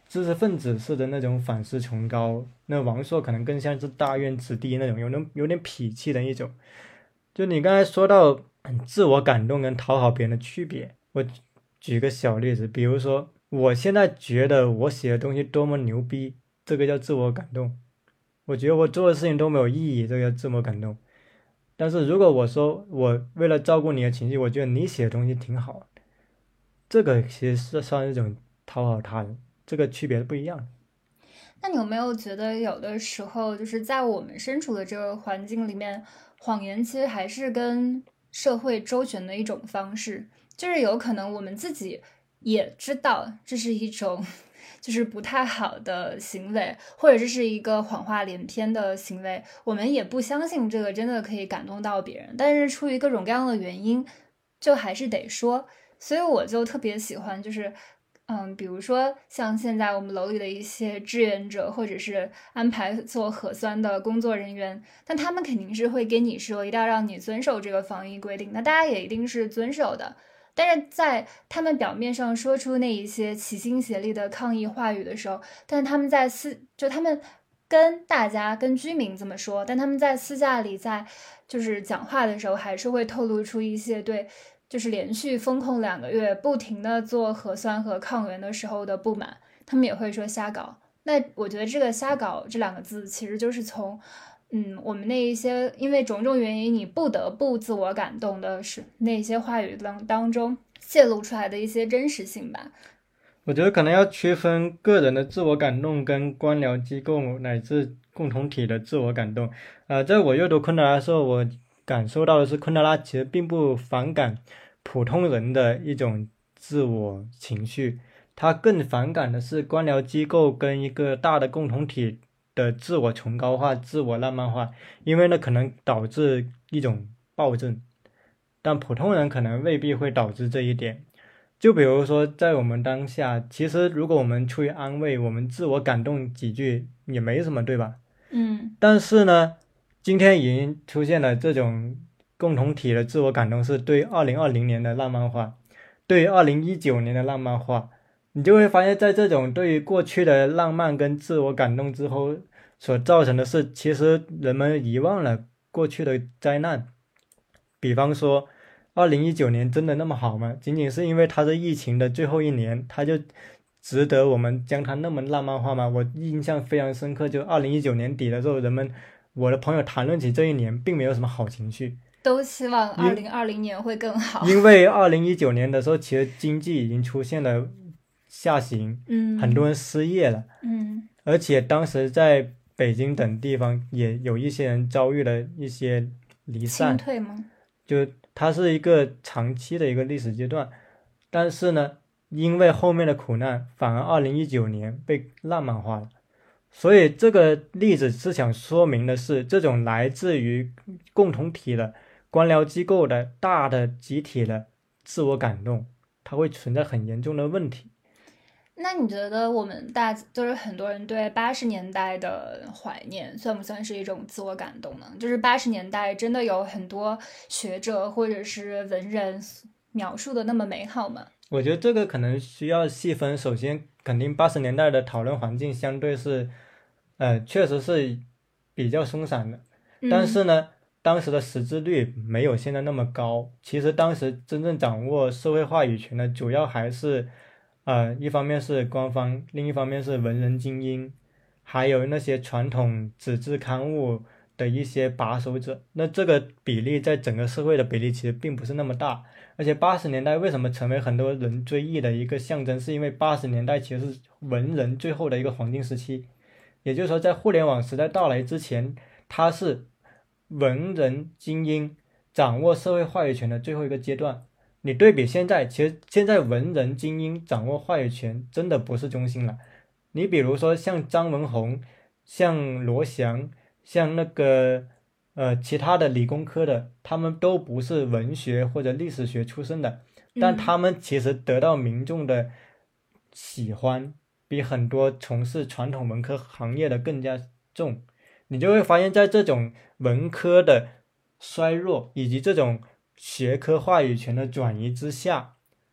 知识分子式的那种反思崇高，那王朔可能更像是大院子弟那种有那有点痞气的一种。就你刚才说到自我感动跟讨好别人的区别，我举个小例子，比如说我现在觉得我写的东西多么牛逼，这个叫自我感动。我觉得我做的事情都没有意义，这个叫自我感动。但是如果我说我为了照顾你的情绪，我觉得你写的东西挺好，这个其实是算一种讨好他人，这个区别是不一样的。
那你有没有觉得有的时候，就是在我们身处的这个环境里面，谎言其实还是跟社会周旋的一种方式？就是有可能我们自己也知道这是一种就是不太好的行为，或者这是一个谎话连篇的行为，我们也不相信这个真的可以感动到别人，但是出于各种各样的原因，就还是得说。所以我就特别喜欢，就是嗯，比如说像现在我们楼里的一些志愿者，或者是安排做核酸的工作人员，但他们肯定是会跟你说，一定要让你遵守这个防疫规定，那大家也一定是遵守的。但是在他们表面上说出那一些齐心协力的抗议话语的时候，但他们在私就他们跟大家跟居民这么说，但他们在私下里在就是讲话的时候，还是会透露出一些对就是连续封控两个月，不停的做核酸和抗原的时候的不满，他们也会说瞎搞。那我觉得这个瞎搞这两个字，其实就是从嗯，我们那一些因为种种原因你不得不自我感动的是那些话语当当中泄露出来的一些真实性吧。
我觉得可能要区分个人的自我感动跟官僚机构乃至共同体的自我感动。呃，在我阅读昆德拉的时候，我感受到的是昆德拉其实并不反感普通人的一种自我情绪，他更反感的是官僚机构跟一个大的共同体的自我崇高化、自我浪漫化，因为呢可能导致一种暴政，但普通人可能未必会导致这一点。就比如说在我们当下，其实如果我们出于安慰，我们自我感动几句也没什么，对吧？
嗯，
但是呢，今天已经出现了这种共同体的自我感动，是对二零二零年的浪漫化，对二零一九年的浪漫化，你就会发现在这种对于过去的浪漫跟自我感动之后所造成的是，其实人们遗忘了过去的灾难。比方说二零一九年真的那么好吗？仅仅是因为它是疫情的最后一年，它就值得我们将它那么浪漫化吗？我印象非常深刻，就二零一九年底的时候，人们我的朋友谈论起这一年，并没有什么好情绪，
都希望二零二零年会更好。
因为二零一九年的时候，其实经济已经出现了下行，
嗯，
很多人失业了，
嗯，
而且当时在北京等地方也有一些人遭遇了一些离散，
清退吗？
就它是一个长期的一个历史阶段，但是呢，因为后面的苦难，反而二零一九年被浪漫化了。所以这个例子是想说明的是，这种来自于共同体的官僚机构的大的集体的自我感动，它会存在很严重的问题。
那你觉得我们大就是很多人对八十年代的怀念，算不算是一种自我感动呢？就是八十年代真的有很多学者或者是文人描述的那么美好吗？
我觉得这个可能需要细分。首先，肯定八十年代的讨论环境相对是，呃，确实是比较松散的，但是呢，当时的识字率没有现在那么高。其实当时真正掌握社会话语权的，主要还是。呃，一方面是官方，另一方面是文人精英，还有那些传统纸质刊物的一些把守者。那这个比例在整个社会的比例其实并不是那么大。而且八十年代为什么成为很多人追忆的一个象征，是因为八十年代其实是文人最后的一个黄金时期。也就是说，在互联网时代到来之前，它是文人精英掌握社会话语权的最后一个阶段。你对比现在，其实现在文人精英掌握话语权真的不是中心了。你比如说像张文宏、像罗翔、像那个呃其他的理工科的，他们都不是文学或者历史学出身的，但他们其实得到民众的喜欢，比很多从事传统文科行业的更加重。你就会发现在这种文科的衰弱以及这种学科话语权的转移之下，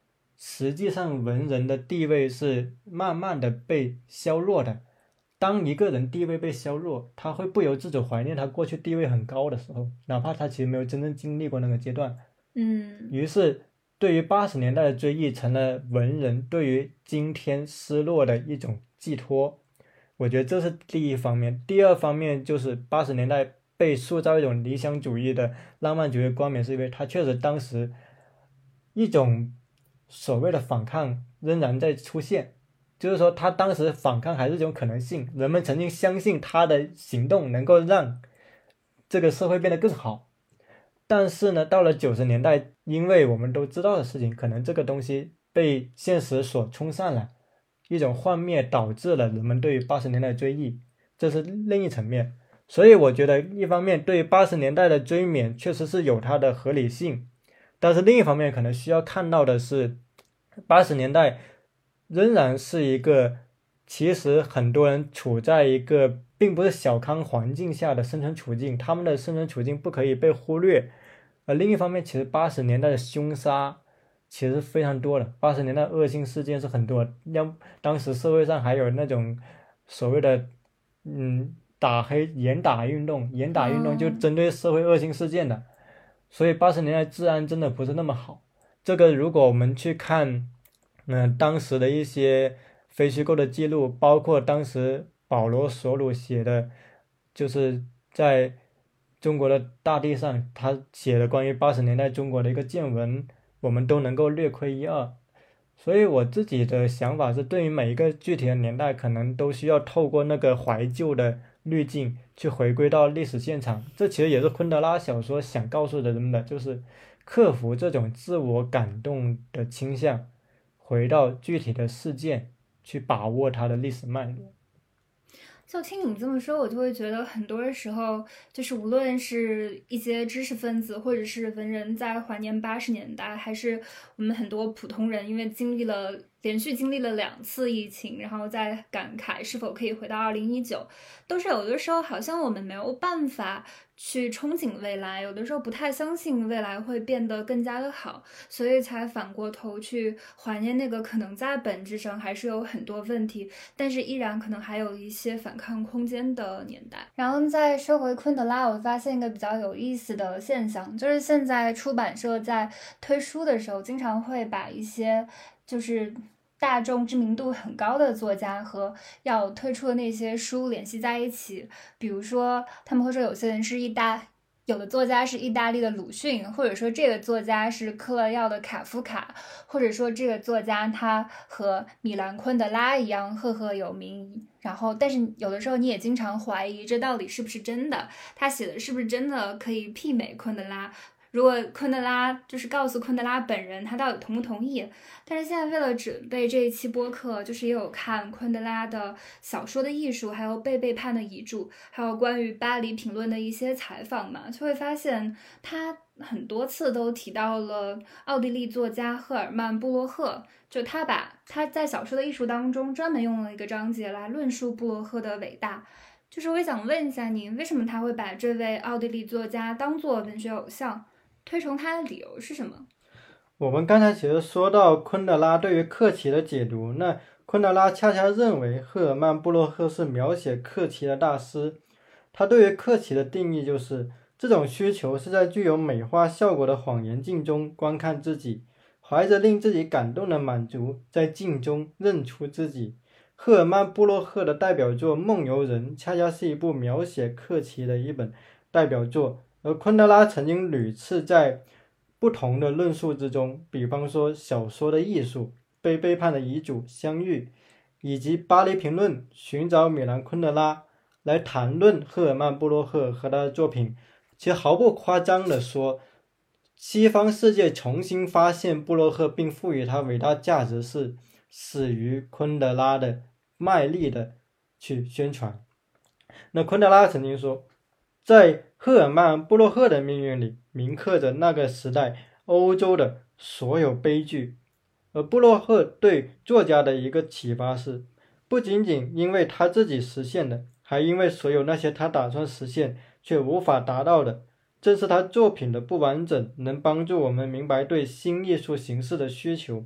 实际上文人的地位是慢慢的被削弱的。当一个人地位被削弱，他会不由自主怀念他过去地位很高的时候，哪怕他其实没有真正经历过那个阶段。
嗯，
于是对于八十年代的追忆成了文人对于今天失落的一种寄托。我觉得这是第一方面。第二方面就是八十年代被塑造一种理想主义的浪漫主义冠冕，是因为它确实当时一种所谓的反抗仍然在出现，就是说他当时反抗还是一种可能性，人们曾经相信他的行动能够让这个社会变得更好。但是呢，到了九十年代，因为我们都知道的事情，可能这个东西被现实所冲散了，一种幻灭导致了人们对于八十年代的追忆，这是另一层面。所以我觉得一方面对于八十年代的追缅确实是有它的合理性，但是另一方面可能需要看到的是，八十年代仍然是一个其实很多人处在一个并不是小康环境下的生存处境，他们的生存处境不可以被忽略。而另一方面，其实八十年代的凶杀其实非常多的，八十年代恶性事件是很多，当当时社会上还有那种所谓的嗯打黑严打运动，严打运动就针对社会恶性事件的，嗯、所以八十年代治安真的不是那么好。这个如果我们去看，嗯、呃，当时的一些非虚构的记录，包括当时保罗·索鲁写的，就是在中国的大地上，他写的关于八十年代中国的一个见闻，我们都能够略窥一二。所以我自己的想法是，对于每一个具体的年代，可能都需要透过那个怀旧的滤镜去回归到历史现场。这其实也是昆德拉小说想告诉的人们的，就是克服这种自我感动的倾向，回到具体的事件去把握它的历史脉络。
就听你这么说，我就会觉得很多的时候，就是无论是一些知识分子或者是文人在怀念八十年代，还是我们很多普通人，因为经历了连续经历了两次疫情，然后在感慨是否可以回到二零一九，都是有的时候好像我们没有办法去憧憬未来，有的时候不太相信未来会变得更加的好，所以才反过头去怀念那个可能在本质上还是有很多问题，但是依然可能还有一些反抗空间的年代。然后再说回昆德拉，我发现一个比较有意思的现象，就是现在出版社在推书的时候，经常会把一些就是大众知名度很高的作家和要推出的那些书联系在一起，比如说他们会说有些人是意大有的作家是意大利的鲁迅，或者说这个作家是嗑了药的卡夫卡，或者说这个作家他和米兰昆德拉一样赫赫有名，然后但是有的时候你也经常怀疑这到底是不是真的，他写的是不是真的可以媲美昆德拉，如果昆德拉就是告诉昆德拉本人他到底同不同意。但是现在为了准备这一期播客，就是也有看昆德拉的小说的艺术，还有被背叛的遗嘱，还有关于巴黎评论的一些采访嘛，就会发现他很多次都提到了奥地利作家赫尔曼·布洛赫，就他把他在小说的艺术当中专门用了一个章节来论述布洛赫的伟大。就是我也想问一下您，为什么他会把这位奥地利作家当作文学偶像，推崇他的理由是什么？
我们刚才其实说到昆德拉对于克奇的解读，那昆德拉恰恰认为赫尔曼·布洛赫是描写克奇的大师。他对于克奇的定义就是，这种需求是在具有美化效果的谎言镜中观看自己，怀着令自己感动的满足，在镜中认出自己。赫尔曼·布洛赫的代表作《梦游人》恰恰是一部描写克奇的一本代表作，而昆德拉曾经屡次在不同的论述之中，比方说小说的艺术、被背叛的遗嘱、相遇，以及巴黎评论寻找米兰昆德拉，来谈论赫尔曼·布洛赫和他的作品。其实毫不夸张地说，西方世界重新发现布洛赫并赋予他伟大价值，是始于昆德拉的卖力的去宣传。那昆德拉曾经说，在赫尔曼·布洛赫的命运里铭刻着那个时代欧洲的所有悲剧。而布洛赫对作家的一个启发是，不仅仅因为他自己实现的，还因为所有那些他打算实现却无法达到的。正是他作品的不完整，能帮助我们明白对新艺术形式的需求，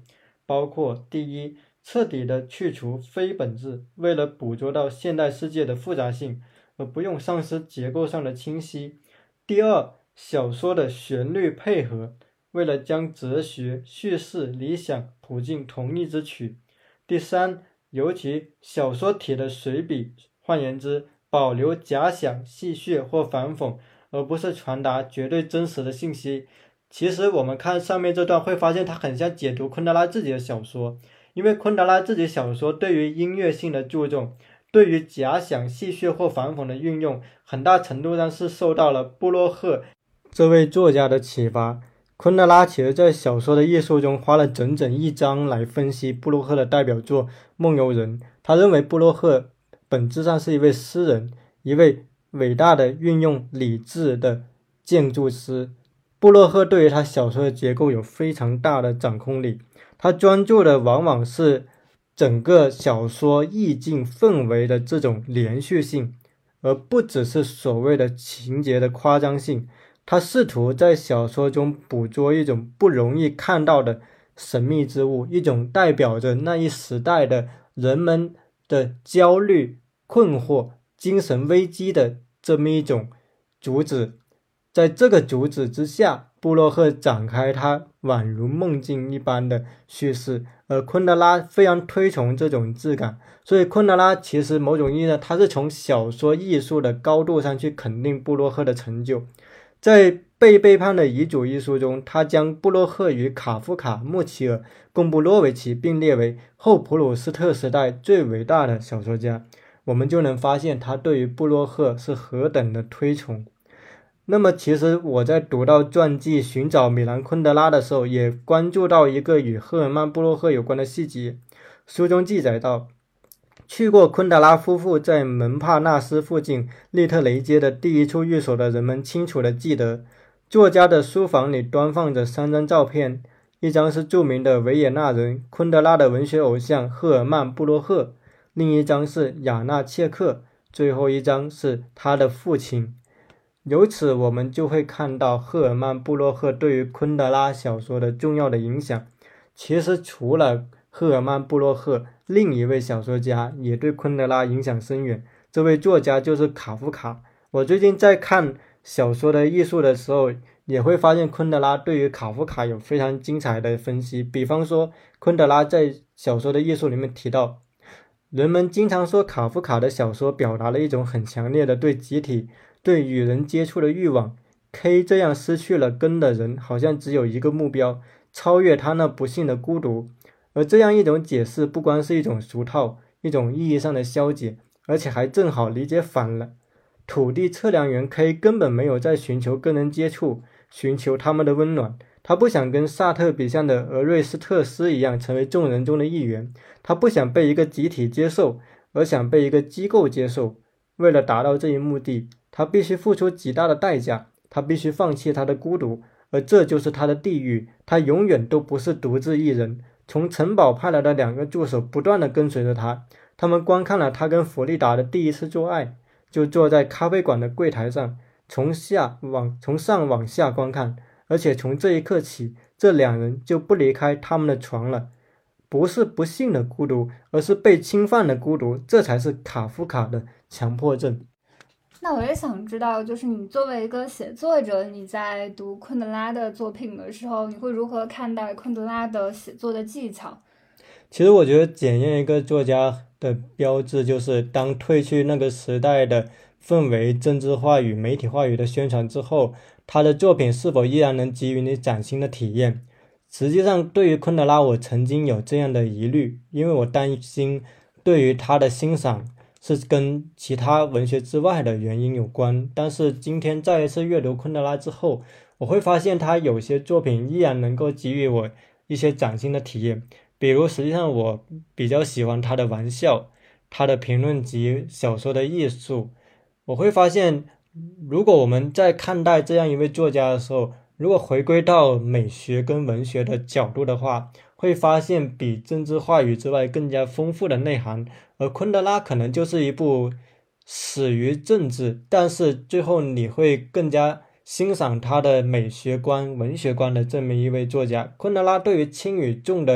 包括第一，彻底的去除非本质，为了捕捉到现代世界的复杂性，而不用丧失结构上的清晰；第二，小说的旋律配合，为了将哲学、叙事、理想谱进同一支曲；第三，尤其小说体的随笔，换言之，保留假想、戏谑或反讽，而不是传达绝对真实的信息。其实我们看上面这段会发现它很像解读昆德拉自己的小说，因为昆德拉自己小说对于音乐性的注重，对于假想、戏谑或反讽的运用，很大程度上是受到了布洛赫这位作家的启发。昆德拉其实在小说的艺术中花了整整一章来分析布洛赫的代表作《梦游人》。他认为布洛赫本质上是一位诗人，一位伟大的运用理智的建筑师。布洛赫对于他小说的结构有非常大的掌控力，他专注的往往是整个小说意境氛围的这种连续性，而不只是所谓的情节的夸张性。他试图在小说中捕捉一种不容易看到的神秘之物，一种代表着那一时代的人们的焦虑、困惑、精神危机的这么一种主旨。在这个主旨之下，布洛赫展开他宛如梦境一般的叙事，而昆德拉非常推崇这种质感，所以昆德拉其实某种意义上，他是从小说艺术的高度上去肯定布洛赫的成就。在《被背叛的遗嘱》一书中，他将布洛赫与卡夫卡、穆齐尔、贡布洛维奇并列为后普鲁斯特时代最伟大的小说家，我们就能发现他对于布洛赫是何等的推崇。那么其实我在读到传记《寻找米兰昆德拉》的时候，也关注到一个与赫尔曼·布洛赫有关的细节。书中记载到，去过昆德拉夫妇在门帕纳斯附近利特雷街的第一处寓所的人们清楚地记得，作家的书房里端放着三张照片，一张是著名的维也纳人昆德拉的文学偶像赫尔曼·布洛赫，另一张是雅纳切克，最后一张是他的父亲。由此我们就会看到赫尔曼·布洛赫对于昆德拉小说的重要的影响。其实除了赫尔曼·布洛赫，另一位小说家也对昆德拉影响深远，这位作家就是卡夫卡。我最近在看小说的艺术的时候，也会发现昆德拉对于卡夫卡有非常精彩的分析。比方说，昆德拉在小说的艺术里面提到，人们经常说卡夫卡的小说表达了一种很强烈的对集体、对与人接触的欲望。 K 这样失去了根的人好像只有一个目标，超越他那不幸的孤独。而这样一种解释不光是一种俗套，一种意义上的消解，而且还正好理解反了。土地测量员 K 根本没有在寻求跟人接触，寻求他们的温暖。他不想跟萨特笔下的俄瑞斯特斯一样成为众人中的一员，他不想被一个集体接受，而想被一个机构接受。为了达到这一目的，他必须付出极大的代价，他必须放弃他的孤独，而这就是他的地狱。他永远都不是独自一人。从城堡派来的两个助手不断地跟随着他，他们观看了他跟弗利达的第一次做爱，就坐在咖啡馆的柜台上，从下往从上往下观看，而且从这一刻起，这两人就不离开他们的床了。不是不幸的孤独，而是被侵犯的孤独，这才是卡夫卡的强迫症。
那我也想知道，就是你作为一个写作者，你在读昆德拉的作品的时候，你会如何看待昆德拉的写作的技巧？
其实我觉得检验一个作家的标志，就是当褪去那个时代的氛围、政治话语、媒体话语的宣传之后，他的作品是否依然能给予你崭新的体验。实际上对于昆德拉，我曾经有这样的疑虑，因为我担心对于他的欣赏是跟其他文学之外的原因有关。但是今天再一次阅读昆德拉之后，我会发现他有些作品依然能够给予我一些崭新的体验。比如实际上我比较喜欢他的玩笑，他的评论及小说的艺术。我会发现如果我们在看待这样一位作家的时候，如果回归到美学跟文学的角度的话，会发现比政治话语之外更加丰富的内涵。而昆德拉可能就是一部始于政治，但是最后你会更加欣赏他的美学观、文学观的这么一位作家。昆德拉对于轻与重的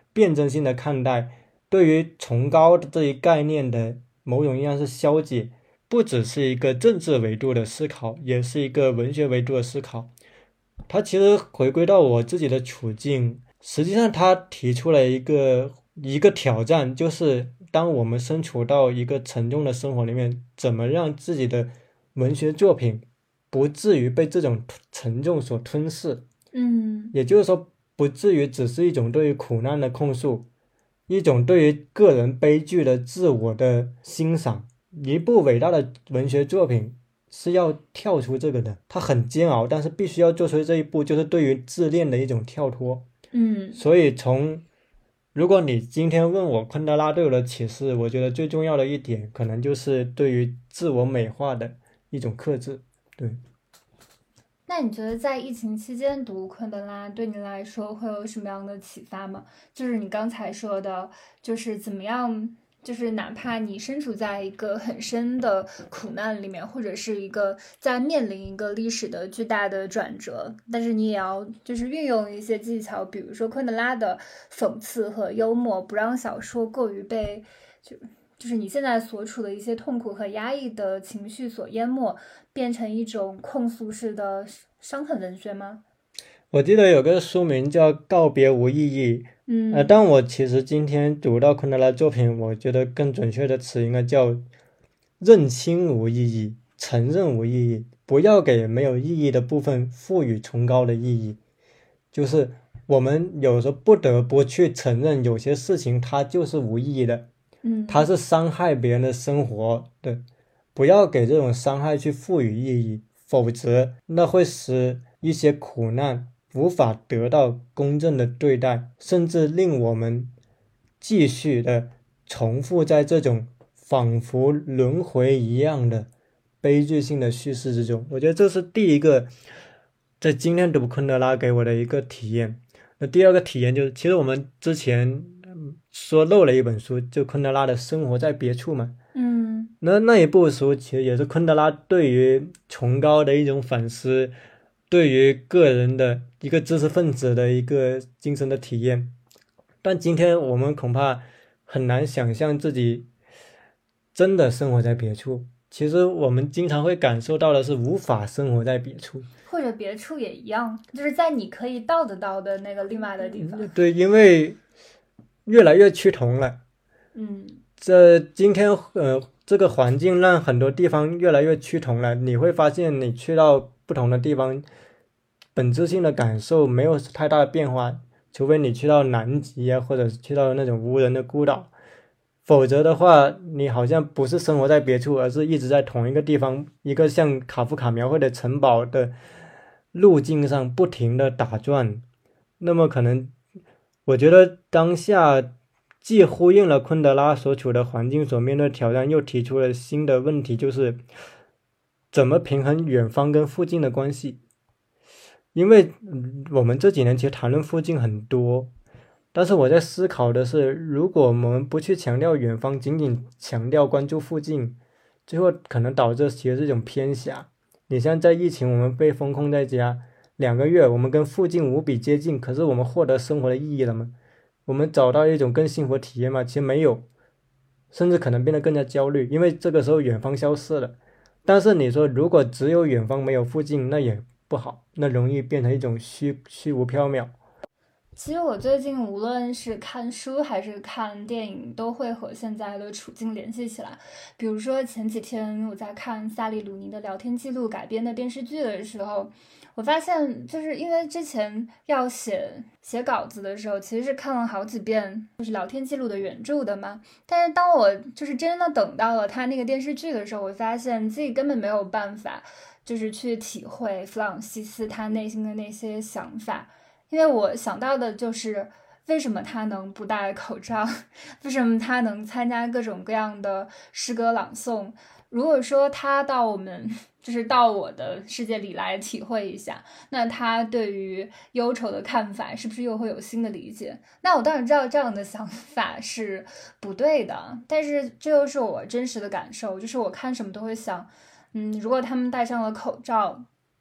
辩证性的看待，对于崇高的这一概念的某种意义上是消解，不只是一个政治维度的思考，也是一个文学维度的思考。它其实回归到我自己的处境，实际上他提出了一个一个挑战，就是当我们身处到一个沉重的生活里面，怎么让自己的文学作品不至于被这种沉重所吞噬。
嗯，
也就是说不至于只是一种对于苦难的控诉，一种对于个人悲剧的自我的欣赏。一部伟大的文学作品是要跳出这个的，它很煎熬，但是必须要做出这一步，就是对于自恋的一种跳脱。
嗯，
所以从如果你今天问我昆德拉对我的启示，我觉得最重要的一点可能就是对于自我美化的一种克制。对，
那你觉得在疫情期间读昆德拉对你来说会有什么样的启发吗？就是你刚才说的，就是怎么样，就是哪怕你身处在一个很深的苦难里面，或者是一个在面临一个历史的巨大的转折，但是你也要就是运用一些技巧，比如说昆德拉的讽刺和幽默，不让小说过于被就。就是你现在所处的一些痛苦和压抑的情绪所淹没，变成一种控诉式的伤痕文学吗？
我记得有个书名叫《告别无意义》，
嗯，
呃，但我其实今天读到昆德拉作品，我觉得更准确的词应该叫认清无意义，承认无意义，不要给没有意义的部分赋予崇高的意义。就是我们有时候不得不去承认，有些事情它就是无意义的，
嗯，
它是伤害别人的生活的，不要给这种伤害去赋予意义，否则那会使一些苦难无法得到公正的对待，甚至令我们继续的重复在这种仿佛轮回一样的悲剧性的叙事之中。我觉得这是第一个在今天读昆德拉给我的一个体验。那第二个体验就是，其实我们之前说漏了一本书，就昆德拉的《生活在别处》嘛。
嗯，
那那一部书其实也是昆德拉对于崇高的一种反思，对于个人的一个知识分子的一个精神的体验。但今天我们恐怕很难想象自己真的生活在别处。其实我们经常会感受到的是无法生活在别处，
或者别处也一样，就是在你可以到得到的那个另外的地方。
对，因为越来越趋同了。
嗯，
这今天呃，这个环境让很多地方越来越趋同了。你会发现，你去到不同的地方，本质性的感受没有太大的变化，除非你去到南极啊，或者去到那种无人的孤岛，否则的话，你好像不是生活在别处，而是一直在同一个地方，一个像卡夫卡描绘的城堡的路径上不停的打转。那么可能，我觉得当下既呼应了昆德拉所处的环境所面对的挑战，又提出了新的问题，就是怎么平衡远方跟附近的关系。因为我们这几年其实谈论附近很多，但是我在思考的是，如果我们不去强调远方，仅仅强调关注附近，最后可能导致其实是一种偏狭。你像在疫情我们被封控在家两个月，我们跟附近无比接近，可是我们获得生活的意义了吗？我们找到一种更幸福的体验吗？其实没有，甚至可能变得更加焦虑，因为这个时候远方消失了。但是你说如果只有远方没有附近，那也不好，那容易变成一种虚虚无缥缈。
其实我最近无论是看书还是看电影，都会和现在的处境联系起来。比如说前几天我在看萨利鲁尼的聊天记录改编的电视剧的时候，我发现就是因为之前要写写稿子的时候，其实是看了好几遍就是聊天记录的原著的嘛。但是当我就是真的等到了他那个电视剧的时候，我发现自己根本没有办法就是去体会弗朗西斯他内心的那些想法。因为我想到的就是为什么他能不戴口罩，为什么他能参加各种各样的诗歌朗诵。如果说他到我们就是到我的世界里来体会一下，那他对于忧愁的看法是不是又会有新的理解？那我当然知道这样的想法是不对的，但是这又是我真实的感受，就是我看什么都会想，嗯，如果他们戴上了口罩，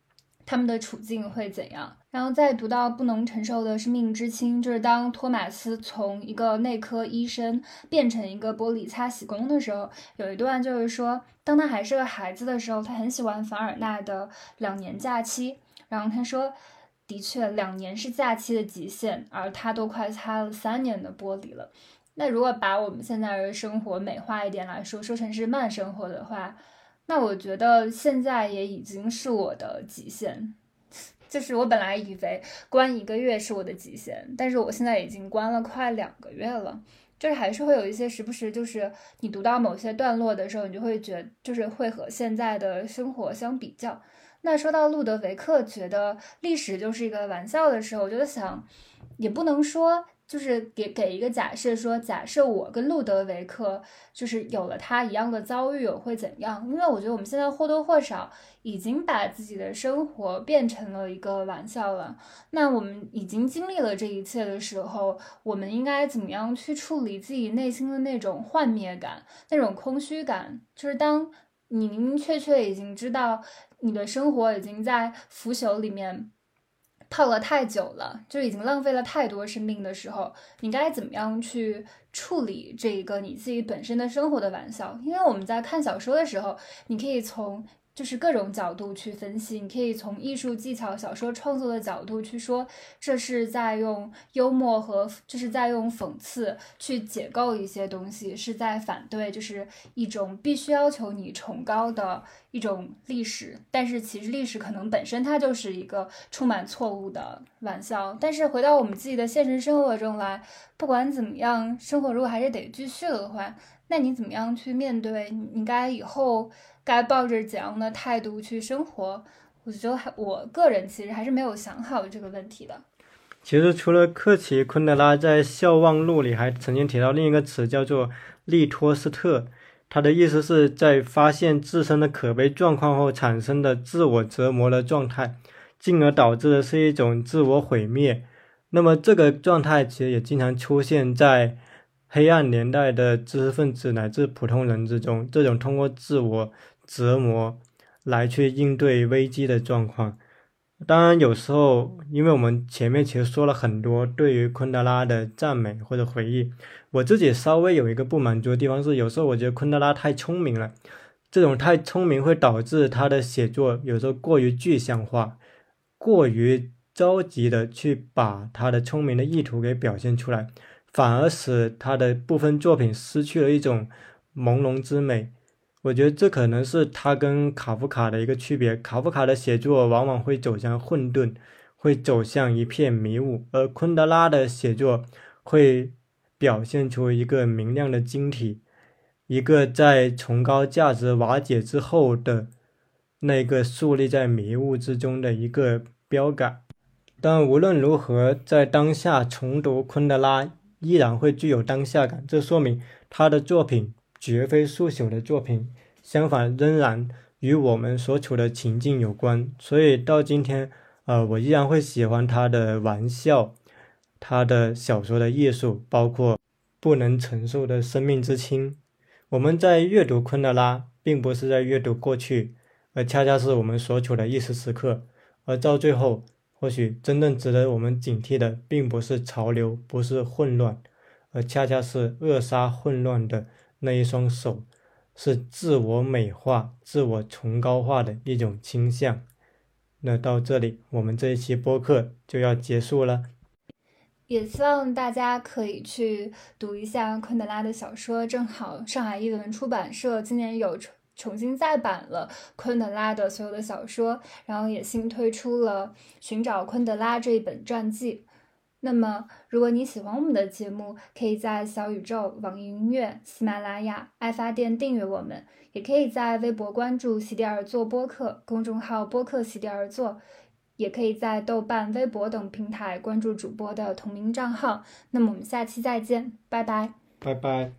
他们的处境会怎样。然后再读到不能承受的是命之轻，就是当托马斯从一个内科医生变成一个玻璃擦洗工的时候，有一段就是说，当他还是个孩子的时候，他很喜欢凡尔纳的两年假期，然后他说的确两年是假期的极限，而他都快擦了三年的玻璃了。那如果把我们现在的生活美化一点来说，说成是慢生活的话，那我觉得现在也已经是我的极限。就是我本来以为关一个月是我的极限，但是我现在已经关了快两个月了。就是还是会有一些时不时，就是你读到某些段落的时候，你就会觉得就是会和现在的生活相比较。那说到路德维克觉得历史就是一个玩笑的时候，我就想也不能说就是给给一个假设说，假设我跟路德维克就是有了他一样的遭遇，我会怎样？因为我觉得我们现在或多或少已经把自己的生活变成了一个玩笑了。那我们已经经历了这一切的时候，我们应该怎么样去处理自己内心的那种幻灭感，那种空虚感？就是当你明明确确已经知道你的生活已经在腐朽里面泡了太久了，就已经浪费了太多生命的时候，你该怎么样去处理这个你自己本身的生活的玩笑？因为我们在看小说的时候，你可以从就是各种角度去分析，你可以从艺术技巧、小说创作的角度去说，这是在用幽默和就是在用讽刺去解构一些东西，是在反对就是一种必须要求你崇高的一种历史。但是其实历史可能本身它就是一个充满错误的玩笑。但是回到我们自己的现实生活中来，不管怎么样，生活如果还是得继续了的话，那你怎么样去面对？你该以后该抱着怎样的态度去生活？我觉得我个人其实还是没有想好这个问题的。
其实除了克奇，昆德拉在《笑忘录》里还曾经提到另一个词叫做利托斯特，他的意思是在发现自身的可悲状况后产生的自我折磨的状态，进而导致的是一种自我毁灭。那么这个状态其实也经常出现在黑暗年代的知识分子乃至普通人之中，这种通过自我折磨来去应对危机的状况。当然有时候因为我们前面其实说了很多对于昆德拉的赞美或者回忆，我自己稍微有一个不满足的地方是，有时候我觉得昆德拉太聪明了，这种太聪明会导致他的写作有时候过于具象化，过于着急的去把他的聪明的意图给表现出来，反而使他的部分作品失去了一种朦胧之美。我觉得这可能是他跟卡夫卡的一个区别，卡夫卡的写作往往会走向混沌，会走向一片迷雾，而昆德拉的写作会表现出一个明亮的晶体，一个在崇高价值瓦解之后的那个树立在迷雾之中的一个标杆。但无论如何，在当下重读昆德拉依然会具有当下感，这说明他的作品绝非速朽的作品，相反仍然与我们所处的情境有关。所以到今天呃，我依然会喜欢他的玩笑，他的小说的艺术，包括不能承受的生命之轻。我们在阅读昆德拉并不是在阅读过去，而恰恰是我们所处的意识时刻。而到最后，或许真正值得我们警惕的并不是潮流，不是混乱，而恰恰是扼杀混乱的那一双手，是自我美化、自我崇高化的一种倾向。那到这里，我们这一期播客就要结束了。
也希望大家可以去读一下昆德拉的小说，正好上海译文出版社今年有重新再版了昆德拉的所有的小说，然后也新推出了《寻找昆德拉》这一本传记。那么如果你喜欢我们的节目，可以在小宇宙、网易云音乐、喜马拉雅、爱发电订阅我们，也可以在微博关注席地而坐播客，公众号播客席地而坐，也可以在豆瓣、微博等平台关注主播的同名账号。那么我们下期再见，拜拜。
拜拜。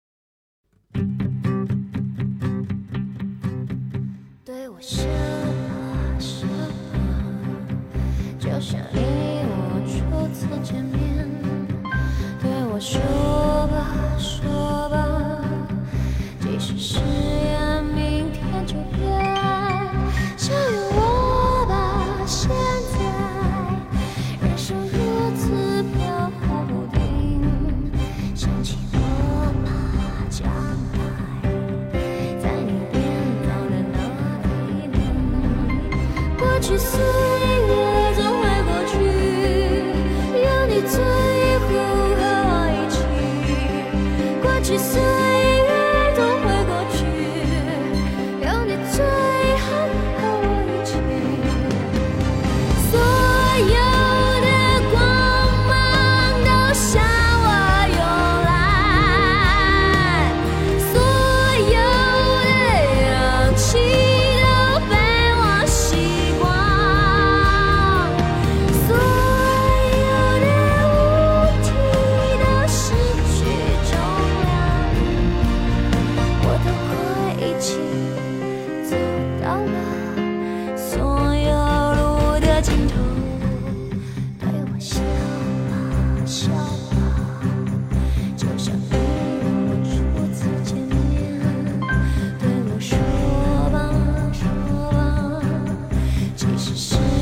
对我什么什么，就像你我初次见面。对我说吧说吧，即使誓言明天就变。相信我吧其实是